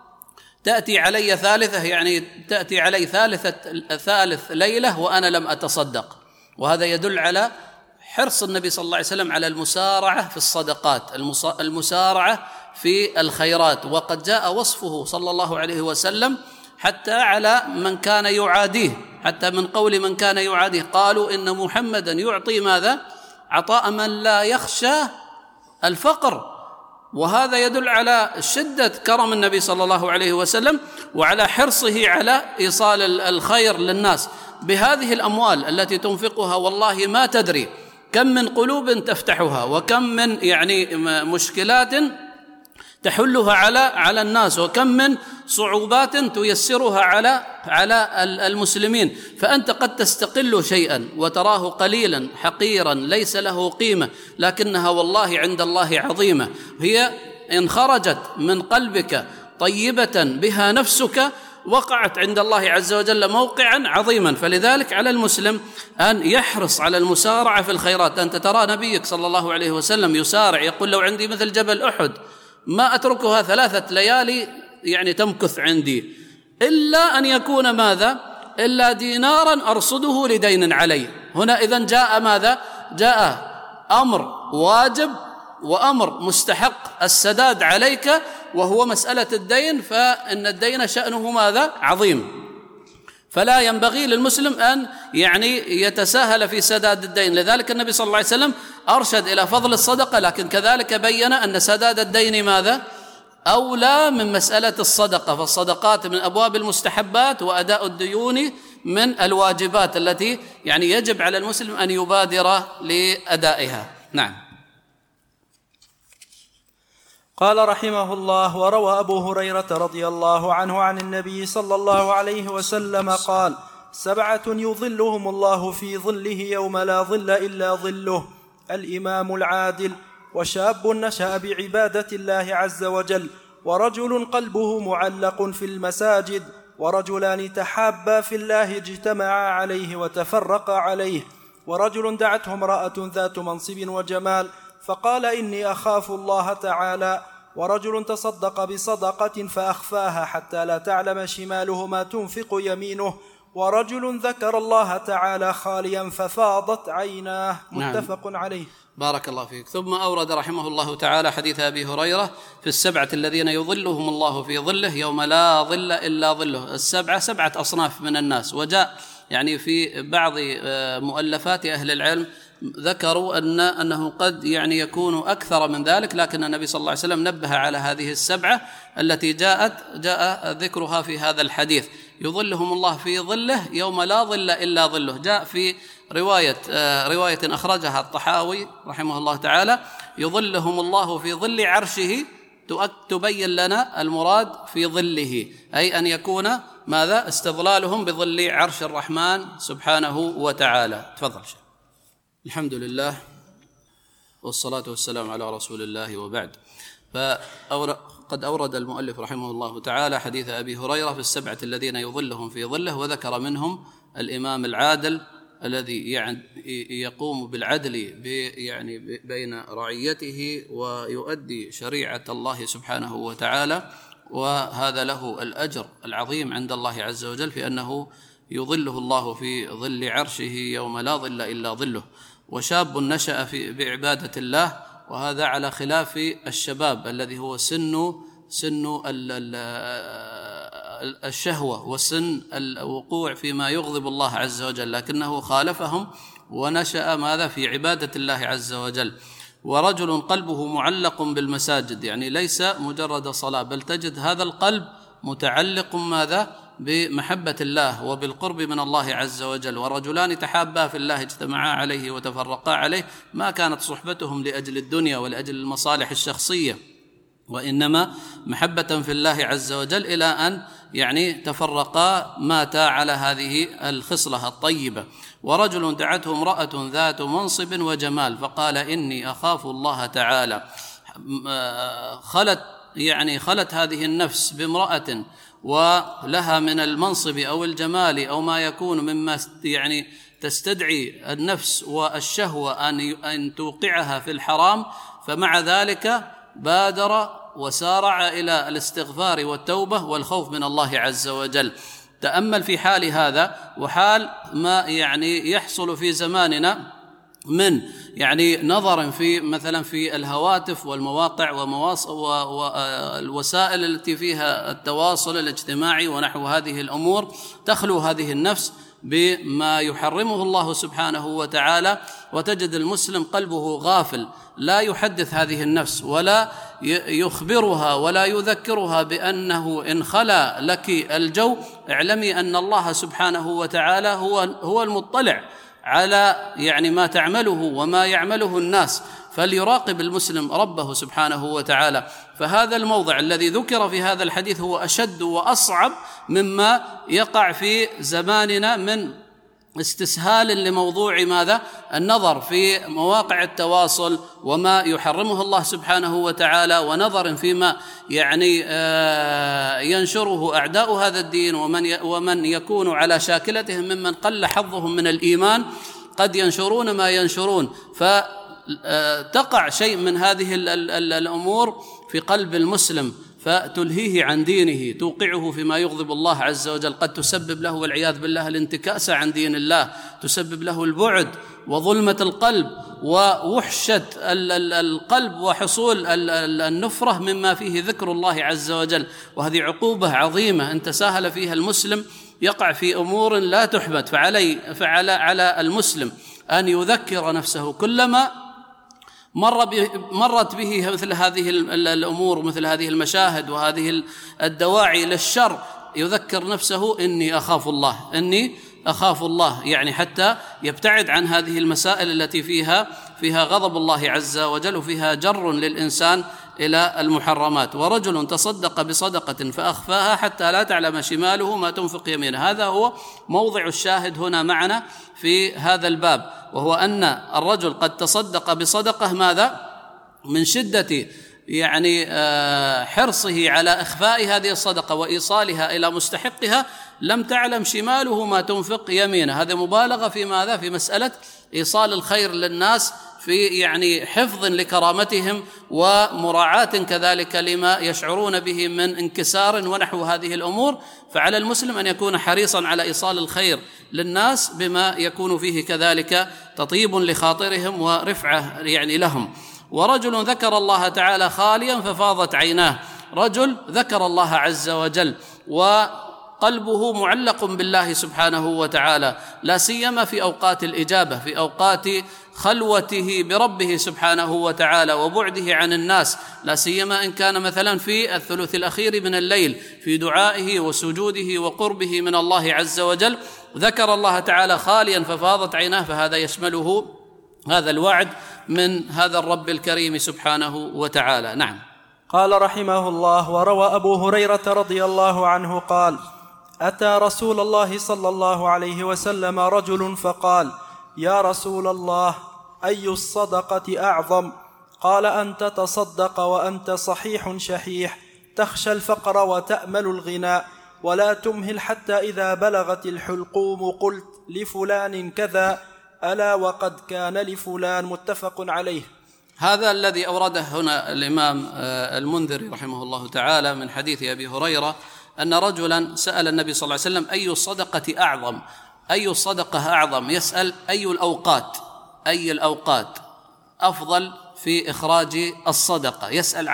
تأتي علي ثالثة، يعني تأتي علي ثالث ليلة وأنا لم أتصدق. وهذا يدل على حرص النبي صلى الله عليه وسلم على المسارعة في الصدقات، المسارعة في الخيرات. وقد جاء وصفه صلى الله عليه وسلم حتى على من كان يعاديه، حتى من قول من كان يعاديه قالوا إن محمدا يعطي ماذا؟ عطاء من لا يخشى الفقر. وهذا يدل على شدة كرم النبي صلى الله عليه وسلم وعلى حرصه على إيصال الخير للناس بهذه الأموال التي تنفقها. والله ما تدري كم من قلوب تفتحها، وكم من مشكلات تحلها على الناس، وكم من صعوبات تيسرها على المسلمين. فأنت قد تستقل شيئا وتراه قليلا حقيرا ليس له قيمة، لكنها والله عند الله عظيمة. هي إن خرجت من قلبك طيبة بها نفسك وقعت عند الله عز وجل موقعا عظيما. فلذلك على المسلم أن يحرص على المسارعة في الخيرات. أنت ترى نبيك صلى الله عليه وسلم يسارع، يقول: لو عندي مثل جبل أحد ما أتركها 3 ليالي تمكث عندي، إلا أن يكون ماذا؟ إلا دينارا أرصده لدين علي. هنا إذن جاء ماذا؟ جاء أمر واجب وأمر مستحق السداد عليك، وهو مسألة الدين. فإن الدين شأنه ماذا؟ عظيم. فلا ينبغي للمسلم أن يتساهل في سداد الدين. لذلك النبي صلى الله عليه وسلم أرشد إلى فضل الصدقة، لكن كذلك بين أن سداد الدين ماذا؟ أولى من مسألة الصدقة. فالصدقات من أبواب المستحبات، وأداء الديون من الواجبات التي يجب على المسلم أن يبادر لأدائها. نعم. قال رحمه الله: وروى أبو هريرة رضي الله عنه عن النبي صلى الله عليه وسلم قال: 7 يظلهم الله في ظله يوم لا ظل إلا ظله: الإمام العادل، وشاب نشأ بعبادة الله عز وجل، ورجل قلبه معلق في المساجد، ورجلان تحابا في الله اجتمعا عليه وتفرقا عليه، ورجل دعته امرأة ذات منصب وجمال فقال: إني أخاف الله تعالى، ورجل تصدق بصدقة فأخفاها حتى لا تعلم شماله ما تنفق يمينه، ورجل ذكر الله تعالى خاليا ففاضت عيناه. متفق عليه. بارك الله فيك. ثم أورد رحمه الله تعالى حديث أبي هريرة في 7 الذين يظلهم الله في ظله يوم لا ظل إلا ظله. 7 أصناف من الناس. وجاء في بعض مؤلفات أهل العلم ذكروا أنه قد يكون أكثر من ذلك، لكن النبي صلى الله عليه وسلم نبه على هذه 7 التي جاء ذكرها في هذا الحديث: يظلهم الله في ظله يوم لا ظل إلا ظله. جاء في رواية أخرجها الطحاوي رحمه الله تعالى: يظلهم الله في ظل عرشه، تبين لنا المراد في ظله، أي أن يكون ماذا؟ استظلالهم بظل عرش الرحمن سبحانه وتعالى. تفضل شيخ. الحمد لله والصلاة والسلام على رسول الله، وبعد. فقد أورد المؤلف رحمه الله تعالى حديث أبي هريرة في 7 الذين يظلهم في ظله، وذكر منهم الإمام العادل الذي يقوم بالعدل بين رعيته ويؤدي شريعة الله سبحانه وتعالى، وهذا له الأجر العظيم عند الله عز وجل في أنه يظله الله في ظل عرشه يوم لا ظل إلا ظله. وشاب نشأ بعبادة الله، وهذا على خلاف الشباب الذي هو سن الشهوة وسن الوقوع فيما يغضب الله عز وجل، لكنه خالفهم ونشأ ماذا؟ في عبادة الله عز وجل. ورجل قلبه معلق بالمساجد، ليس مجرد صلاة، بل تجد هذا القلب متعلق ماذا؟ بمحبة الله وبالقرب من الله عز وجل. ورجلان تحابا في الله اجتمعا عليه وتفرقا عليه، ما كانت صحبتهم لأجل الدنيا ولأجل المصالح الشخصية، وإنما محبة في الله عز وجل، إلى أن تفرقا ماتا على هذه الخصلة الطيبة. ورجل دعته امرأة ذات منصب وجمال فقال: إني أخاف الله تعالى. خلت هذه النفس بامرأة ولها من المنصب أو الجمال أو ما يكون مما يعني تستدعي النفس والشهوة أن توقعها في الحرام، فمع ذلك بادر وسارع إلى الاستغفار والتوبة والخوف من الله عز وجل. تأمل في حال هذا وحال ما يعني يحصل في زماننا من يعني نظر في مثلا في الهواتف والمواقع والوسائل التي فيها التواصل الاجتماعي ونحو هذه الأمور، تخلو هذه النفس بما يحرمه الله سبحانه وتعالى، وتجد المسلم قلبه غافل لا يحدث هذه النفس ولا يخبرها ولا يذكرها بأنه إن خلا لك الجو اعلمي أن الله سبحانه وتعالى هو المطلع على يعني ما تعمله وما يعمله الناس، فليراقب المسلم ربه سبحانه وتعالى. فهذا الموضع الذي ذكر في هذا الحديث هو أشد وأصعب مما يقع في زماننا من استسهال لموضوع ماذا؟ النظر في مواقع التواصل وما يحرمه الله سبحانه وتعالى، ونظر فيما يعني ينشره أعداء هذا الدين ومن يكون على شاكلتهم ممن قل حظهم من الإيمان، قد ينشرون ما ينشرون، فتقع شيء من هذه الأمور في قلب المسلم فتلهيه عن دينه، توقعه فيما يغضب الله عز وجل، قد تسبب له والعياذ بالله الانتكاس عن دين الله، تسبب له البعد وظلمة القلب ووحشة القلب وحصول النفرة مما فيه ذكر الله عز وجل. وهذه عقوبة عظيمة إن تساهل فيها المسلم يقع في أمور لا تحمد. فعلى المسلم أن يذكر نفسه كلما مرت به مثل هذه الأمور ومثل هذه المشاهد وهذه الدواعي للشر، يذكر نفسه إني أخاف الله، يعني حتى يبتعد عن هذه المسائل التي فيها غضب الله عز وجل وفيها جر للإنسان إلى المحرمات. ورجل تصدق بصدقة فأخفاها حتى لا تعلم شماله ما تنفق يمينه. هذا هو موضع الشاهد هنا معنا في هذا الباب، وهو أن الرجل قد تصدق بصدقة ماذا؟ من شدة يعني حرصه على إخفاء هذه الصدقة وإيصالها إلى مستحقها لم تعلم شماله ما تنفق يمينه. هذا مبالغة في ماذا؟ في مسألة إيصال الخير للناس، في يعني حفظ لكرامتهم ومراعاة كذلك لما يشعرون به من انكسار ونحو هذه الأمور. فعلى المسلم أن يكون حريصا على إيصال الخير للناس بما يكون فيه كذلك تطيب لخاطرهم ورفعة يعني لهم. ورجل ذكر الله تعالى خاليا ففاضت عيناه، رجل ذكر الله عز وجل وقلبه معلق بالله سبحانه وتعالى، لا سيما في أوقات الإجابة، في أوقات خلوته بربه سبحانه وتعالى وبعده عن الناس، لا سيما إن كان مثلا في الثلث الأخير من الليل في دعائه وسجوده وقربه من الله عز وجل، ذكر الله تعالى خاليا ففاضت عيناه، فهذا يشمله هذا الوعد من هذا الرب الكريم سبحانه وتعالى. نعم. قال رحمه الله: وروى أبو هريرة رضي الله عنه قال: أتى رسول الله صلى الله عليه وسلم رجل فقال: يا رسول الله، أي الصدقة أعظم؟ قال: أن تتصدق وأنت صحيح شحيح تخشى الفقر وتأمل الغنى ولا تمهل حتى إذا بلغت الحلقوم قلت لفلان كذا ألا وقد كان لفلان. متفق عليه. هذا الذي أورده هنا الإمام المنذري رحمه الله تعالى من حديث أبي هريرة أن رجلا سأل النبي صلى الله عليه وسلم: أي الصدقة أعظم؟ أي الصدقة أعظم؟ يسأل أي الأوقات أفضل في إخراج الصدقة، يسأل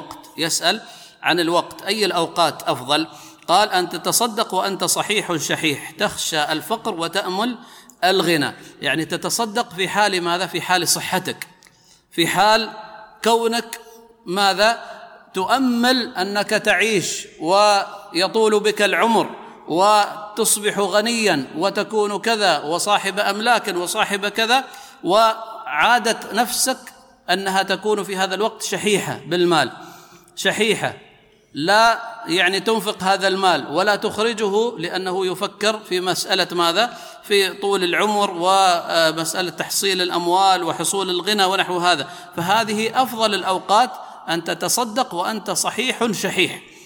عن الوقت، أي الأوقات أفضل؟ قال: أن تتصدق وأنت صحيح شحيح تخشى الفقر وتأمل الغنى، يعني تتصدق في حال ماذا؟ في حال صحتك، في حال كونك ماذا؟ تؤمل أنك تعيش ويطول بك العمر وتصبح غنيا وتكون كذا وصاحب أملاك وصاحب كذا، وعادت نفسك أنها تكون في هذا الوقت شحيحة بالمال، شحيحة لا يعني تنفق هذا المال ولا تخرجه لأنه يفكر في مسألة ماذا؟ في طول العمر ومسألة تحصيل الأموال وحصول الغنى ونحو هذا. فهذه أفضل الأوقات أن تتصدق وأنت صحيح شحيح،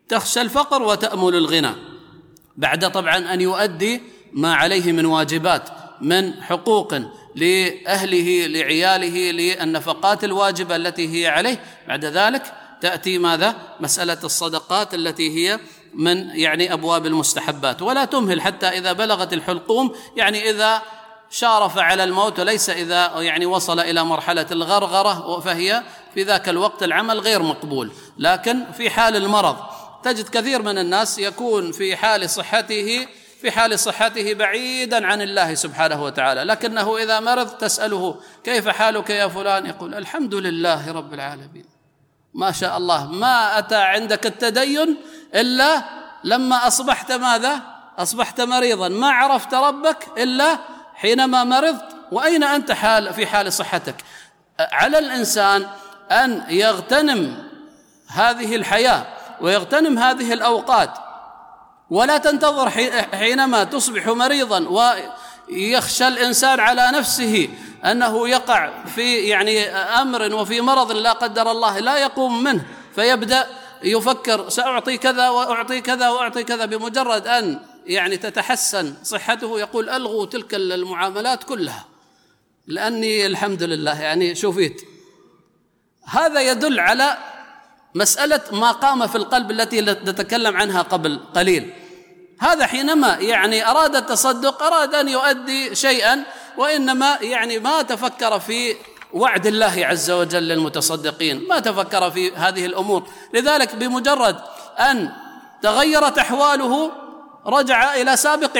تخشى الفقر وتأمل الغنى، بعد طبعا أن يؤدي ما عليه من واجبات، من حقوق لأهله لعياله، للنفقات الواجبة التي هي عليه. بعد ذلك تأتي ماذا؟ مسألة الصدقات التي هي من يعني أبواب المستحبات. ولا تمهل حتى إذا بلغت الحلقوم، يعني إذا شارف على الموت، وليس إذا يعني وصل إلى مرحلة الغرغرة، فهي في ذاك الوقت العمل غير مقبول. لكن في حال المرض تجد كثير من الناس يكون في حال صحته بعيدا عن الله سبحانه وتعالى، لكنه إذا مرض تسأله كيف حالك يا فلان، يقول الحمد لله رب العالمين، ما شاء الله. ما أتى عندك التدين إلا لما أصبحت ماذا؟ أصبحت مريضا. ما عرفت ربك إلا حينما مرضت. وأين أنت في حال صحتك؟ على الإنسان أن يغتنم هذه الحياة ويغتنم هذه الأوقات، ولا تنتظر حينما تصبح مريضا ويخشى الإنسان على نفسه أنه يقع في يعني أمر وفي مرض لا قدر الله لا يقوم منه، فيبدأ يفكر سأعطي كذا وأعطي كذا وأعطي كذا. بمجرد أن يعني تتحسن صحته يقول ألغوا تلك المعاملات كلها لأني الحمد لله يعني شفيت. هذا يدل على مسألة ما قام في القلب التي نتكلم عنها قبل قليل. هذا حينما يعني أراد التصدق، أراد أن يؤدي شيئا، وإنما يعني ما تفكر في وعد الله عز وجل للمتصدقين، ما تفكر في هذه الأمور. لذلك بمجرد أن تغيرت أحواله رجع إلى سابق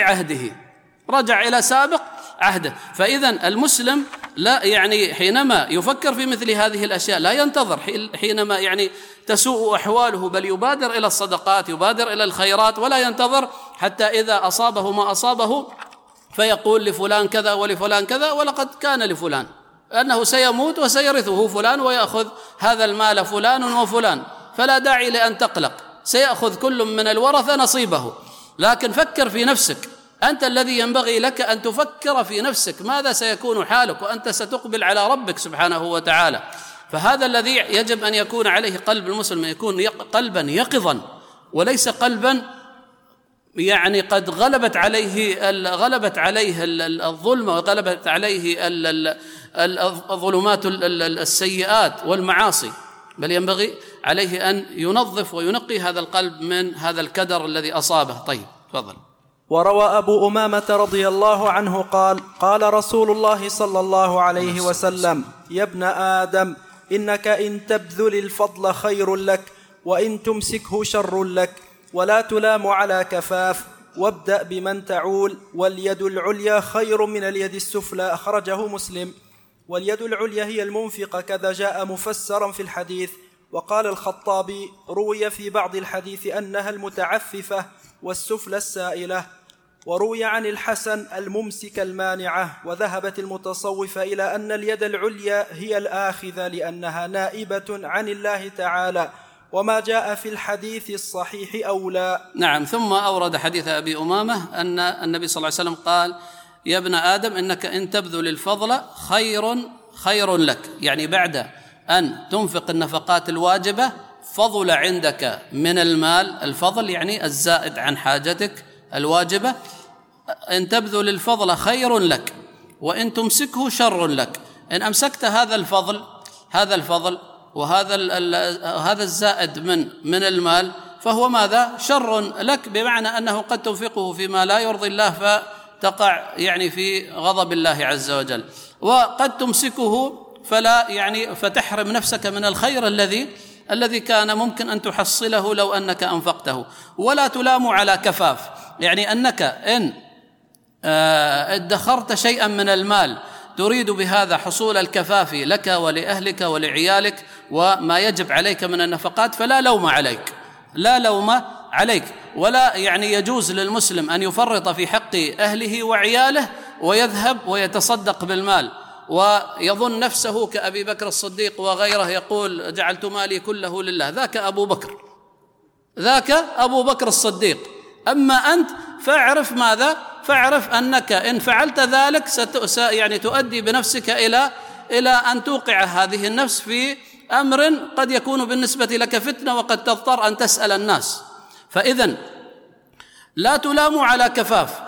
عهده. فإذا المسلم لا يعني حينما يفكر في مثل هذه الأشياء لا ينتظر حينما يعني تسوء أحواله، بل يبادر إلى الصدقات، يبادر إلى الخيرات، ولا ينتظر حتى إذا أصابه ما أصابه فيقول لفلان كذا ولفلان كذا ولقد كان لفلان، أنه سيموت وسيرثه فلان ويأخذ هذا المال فلان وفلان، فلا داعي لأن تقلق، سيأخذ كل من الورثة نصيبه. لكن فكر في نفسك، أنت الذي ينبغي لك أن تفكر في نفسك ماذا سيكون حالك، وأنت ستقبل على ربك سبحانه وتعالى. فهذا الذي يجب أن يكون عليه قلب المسلم، يكون قلبا يقظا، وليس قلبا يعني قد غلبت عليه الظلم وغلبت عليه الظلمات السيئات والمعاصي، بل ينبغي عليه أن ينظف وينقي هذا القلب من هذا الكدر الذي أصابه. طيب تفضل. وروى أبو أمامة رضي الله عنه قال: قال رسول الله صلى الله عليه وسلم: يا ابن آدم، إنك إن تبذل الفضل خير لك، وإن تمسكه شر لك، ولا تلام على كفاف، وابدأ بمن تعول، واليد العليا خير من اليد السفلى. أخرجه مسلم. واليد العليا هي المنفقة، كذا جاء مفسرا في الحديث. وقال الخطابي: روي في بعض الحديث أنها المتعففة، والسفلى السائلة. وروي عن الحسن الممسك المانعة. وذهبت المتصوفة إلى أن اليد العليا هي الآخذة، لأنها نائبة عن الله تعالى، وما جاء في الحديث الصحيح أولى. نعم. ثم أورد حديث أبي أمامة أن النبي صلى الله عليه وسلم قال: يا ابن آدم، إنك إن تبذل الفضل خير لك، يعني بعد أن تنفق النفقات الواجبة فضل عندك من المال، الفضل يعني الزائد عن حاجتك الواجبة، إن تبذل الفضل خير لك، وإن تمسكه شر لك. إن أمسكت هذا الفضل وهذا الزائد من المال فهو ماذا؟ شر لك، بمعنى أنه قد تنفقه فيما لا يرضي الله فتقع يعني في غضب الله عز وجل، وقد تمسكه فتحرم نفسك من الخير الذي كان ممكن أن تحصله لو أنك أنفقته. ولا تلام على كفاف، يعني أنك إن ادخرت شيئا من المال تريد بهذا حصول الكفاف لك ولأهلك ولعيالك وما يجب عليك من النفقات، فلا لوم عليك. ولا يعني يجوز للمسلم أن يفرط في حق أهله وعياله ويذهب ويتصدق بالمال ويظن نفسه كأبي بكر الصديق وغيره، يقول: جعلت مالي كله لله. ذاك أبو بكر الصديق. أما أنت فاعرف ماذا؟ فاعرف أنك إن فعلت ذلك يعني تؤدي بنفسك إلى أن توقع هذه النفس في أمر قد يكون بالنسبة لك فتنة، وقد تضطر أن تسأل الناس. فإذن لا تلام على كفاف،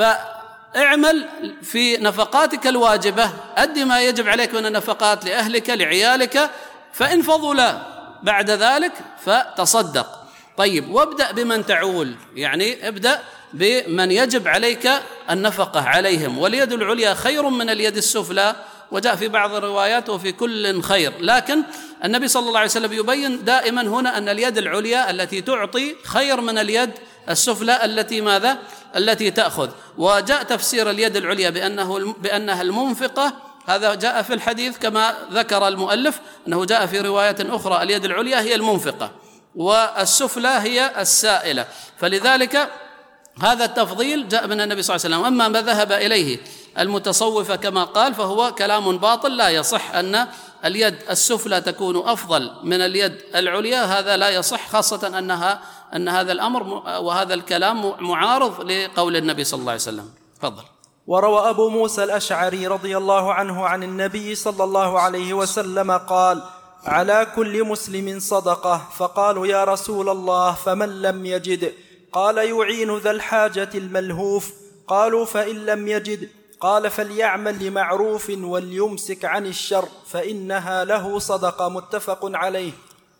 فاعمل في نفقاتك الواجبة، أدي ما يجب عليك من النفقات لأهلك لعيالك، فإن فضل بعد ذلك فتصدق. طيب، وابدأ بمن تعول، يعني ابدأ بمن يجب عليك النفقة عليهم، واليد العليا خير من اليد السفلى، وجاء في بعض الروايات وفي كل خير، لكن النبي صلى الله عليه وسلم يبين دائما هنا أن اليد العليا التي تعطي خير من اليد السفلى التي ماذا؟ التي تأخذ. وجاء تفسير اليد العليا بأنها المنفقة، هذا جاء في الحديث كما ذكر المؤلف، أنه جاء في رواية أخرى اليد العليا هي المنفقة والسفلى هي السائلة، فلذلك هذا التفضيل جاء من النبي صلى الله عليه وسلم. أما ما ذهب إليه المتصوفة كما قال فهو كلام باطل، لا يصح أن اليد السفلى تكون أفضل من اليد العليا، هذا لا يصح، خاصة أن هذا الأمر وهذا الكلام معارض لقول النبي صلى الله عليه وسلم. تفضل. وروى أبو موسى الأشعري رضي الله عنه عن النبي صلى الله عليه وسلم قال: على كل مسلم صدقة. فقالوا: يا رسول الله فمن لم يجد؟ قال: يعين ذا الحاجة الملهوف. قالوا: فإن لم يجد؟ قال: فليعمل لمعروف وليمسك عن الشر فإنها له صدقة. متفق عليه.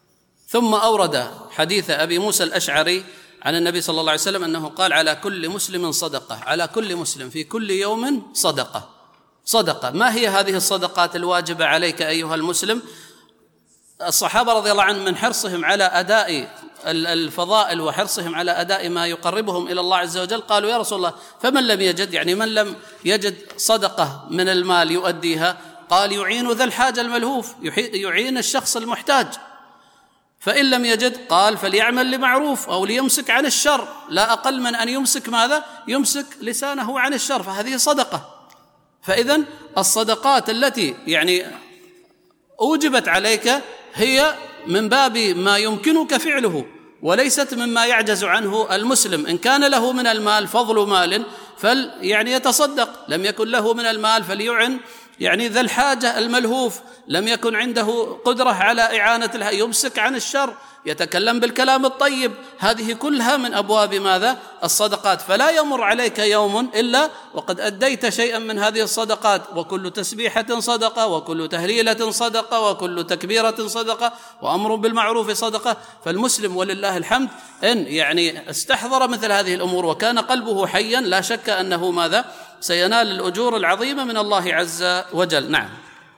ثم أورد حديث أبي موسى الأشعري عن النبي صلى الله عليه وسلم أنه قال: على كل مسلم صدقة، على كل مسلم في كل يوم صدقة. صدقة، ما هي هذه الصدقات الواجبة عليك أيها المسلم؟ الصحابة رضي الله عنهم من حرصهم على أداء الفضائل وحرصهم على أداء ما يقربهم إلى الله عز وجل، قالوا: يا رسول الله فمن لم يجد؟ يعني من لم يجد صدقة من المال يؤديها؟ قال: يعين ذا الحاجة الملهوف، يعين الشخص المحتاج. فإن لم يجد قال: فليعمل لمعروف أو ليمسك عن الشر، لا أقل من أن يمسك ماذا؟ يمسك لسانه عن الشر، فهذه صدقة. فإذن الصدقات التي يعني أوجبت عليك هي من باب ما يمكنك فعله، وليست مما يعجز عنه المسلم. إن كان له من المال فضل مال يعني يتصدق، لم يكن له من المال فليعن يعني ذا الحاجة الملهوف، لم يكن عنده قدرة على إعانة يمسك عن الشر، يتكلم بالكلام الطيب، هذه كلها من أبواب ماذا؟ الصدقات. فلا يمر عليك يوم إلا وقد أديت شيئا من هذه الصدقات، وكل تسبيحة صدقة، وكل تهليلة صدقة، وكل تكبيرة صدقة، وأمر بالمعروف صدقة. فالمسلم ولله الحمد إن يعني استحضر مثل هذه الأمور وكان قلبه حيا، لا شك أنه ماذا؟ سينال الأجور العظيمة من الله عز وجل. نعم.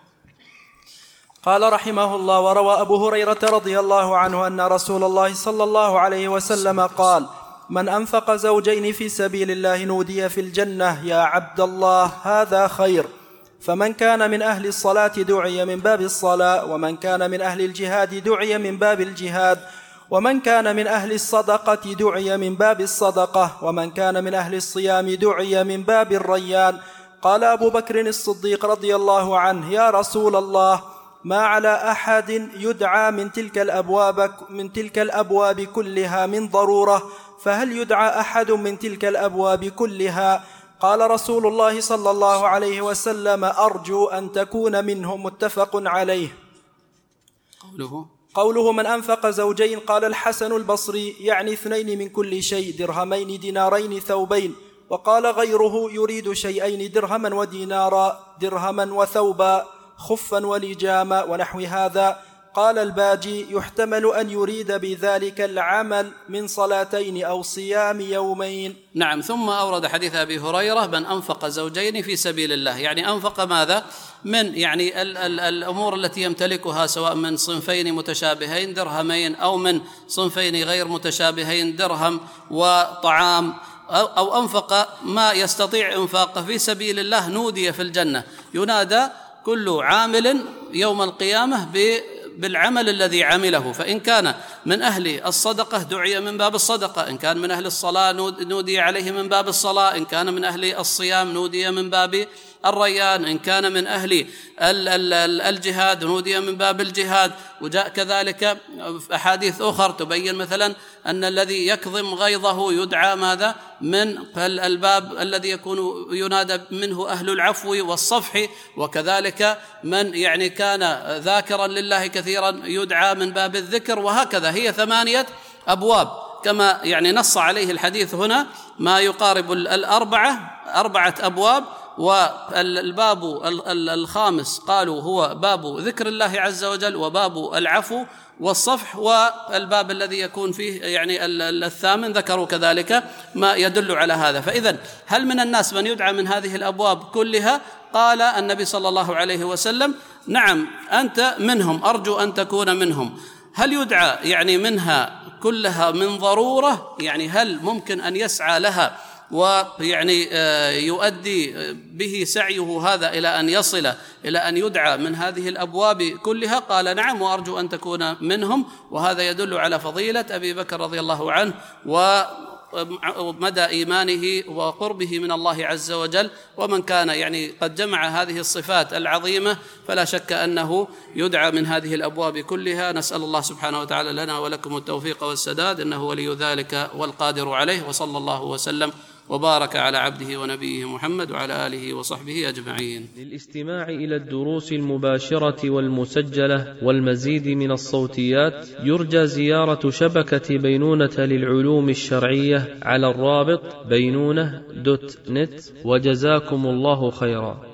قال رحمه الله: وروى أبو هريرة رضي الله عنه أن رسول الله صلى الله عليه وسلم قال: من أنفق زوجين في سبيل الله نودي في الجنة: يا عبد الله هذا خير. فمن كان من أهل الصلاة دعي من باب الصلاة، ومن كان من أهل الجهاد دعي من باب الجهاد، ومن كان من أهل الصدقة دعي من باب الصدقة، ومن كان من أهل الصيام دعي من باب الريان. قال أبو بكر الصديق رضي الله عنه: يا رسول الله، ما على أحد يدعى من تلك الأبواب كلها من ضرورة، فهل يدعى أحد من تلك الأبواب كلها؟ قال رسول الله صلى الله عليه وسلم: أرجو أن تكون منهم. متفق عليه. قوله من أنفق زوجين، قال الحسن البصري: يعني 2 من كل شيء، درهمين دينارين ثوبين. وقال غيره: يريد شيئين، درهما ودينارا، درهما وثوبا، خفا ولجاما، ونحو هذا. قال الباجي: يحتمل أن يريد بذلك العمل من صلاتين أو صيام يومين. نعم. ثم أورد حديث أبي هريرة: من أنفق زوجين في سبيل الله، يعني أنفق ماذا؟ من يعني الأمور التي يمتلكها، سواء من صنفين متشابهين درهمين، أو من صنفين غير متشابهين درهم وطعام، أو أنفق ما يستطيع إنفاقه في سبيل الله، نودي في الجنة. ينادى كل عامل يوم القيامة بالعمل الذي عمله، فإن كان من أهل الصدقة دعي من باب الصدقة، إن كان من أهل الصلاة نودي عليه من باب الصلاة، إن كان من أهل الصيام نودي من باب الريان، إن كان من أهل الجهاد نودي من باب الجهاد. وجاء كذلك أحاديث أخرى تبين مثلا أن الذي يكظم غيظه يدعى ماذا؟ من الباب الذي يكون ينادى منه أهل العفو والصفح. وكذلك من يعني كان ذاكرا لله كثيرا يدعى من باب الذكر. وهكذا هي 8 أبواب. كما يعني نص عليه الحديث هنا ما يقارب 4 أبواب، والباب الخامس قالوا هو باب ذكر الله عز وجل وباب العفو والصفح، والباب الذي يكون فيه يعني الثامن ذكروا كذلك ما يدل على هذا. فإذن هل من الناس من يدعى من هذه الأبواب كلها؟ قال النبي صلى الله عليه وسلم نعم أنت منهم، أرجو أن تكون منهم. هل يدعى يعني منها كلها من ضرورة؟ يعني هل ممكن أن يسعى لها ويعني يؤدي به سعيه هذا إلى أن يصل إلى أن يدعى من هذه الأبواب كلها؟ قال نعم وأرجو أن تكون منهم. وهذا يدل على فضيلة أبي بكر رضي الله عنه ومدى إيمانه وقربه من الله عز وجل. ومن كان يعني قد جمع هذه الصفات العظيمة فلا شك أنه يدعى من هذه الأبواب كلها. نسأل الله سبحانه وتعالى لنا ولكم التوفيق والسداد، إنه ولي ذلك والقادر عليه. وصلى الله وسلم وبارك على عبده ونبيه محمد وعلى آله وصحبه أجمعين. للاستماع إلى الدروس المباشرة والمسجلة والمزيد من الصوتيات يرجى زيارة شبكة بينونة للعلوم الشرعية على الرابط بينونة.net. وجزاكم الله خيرا.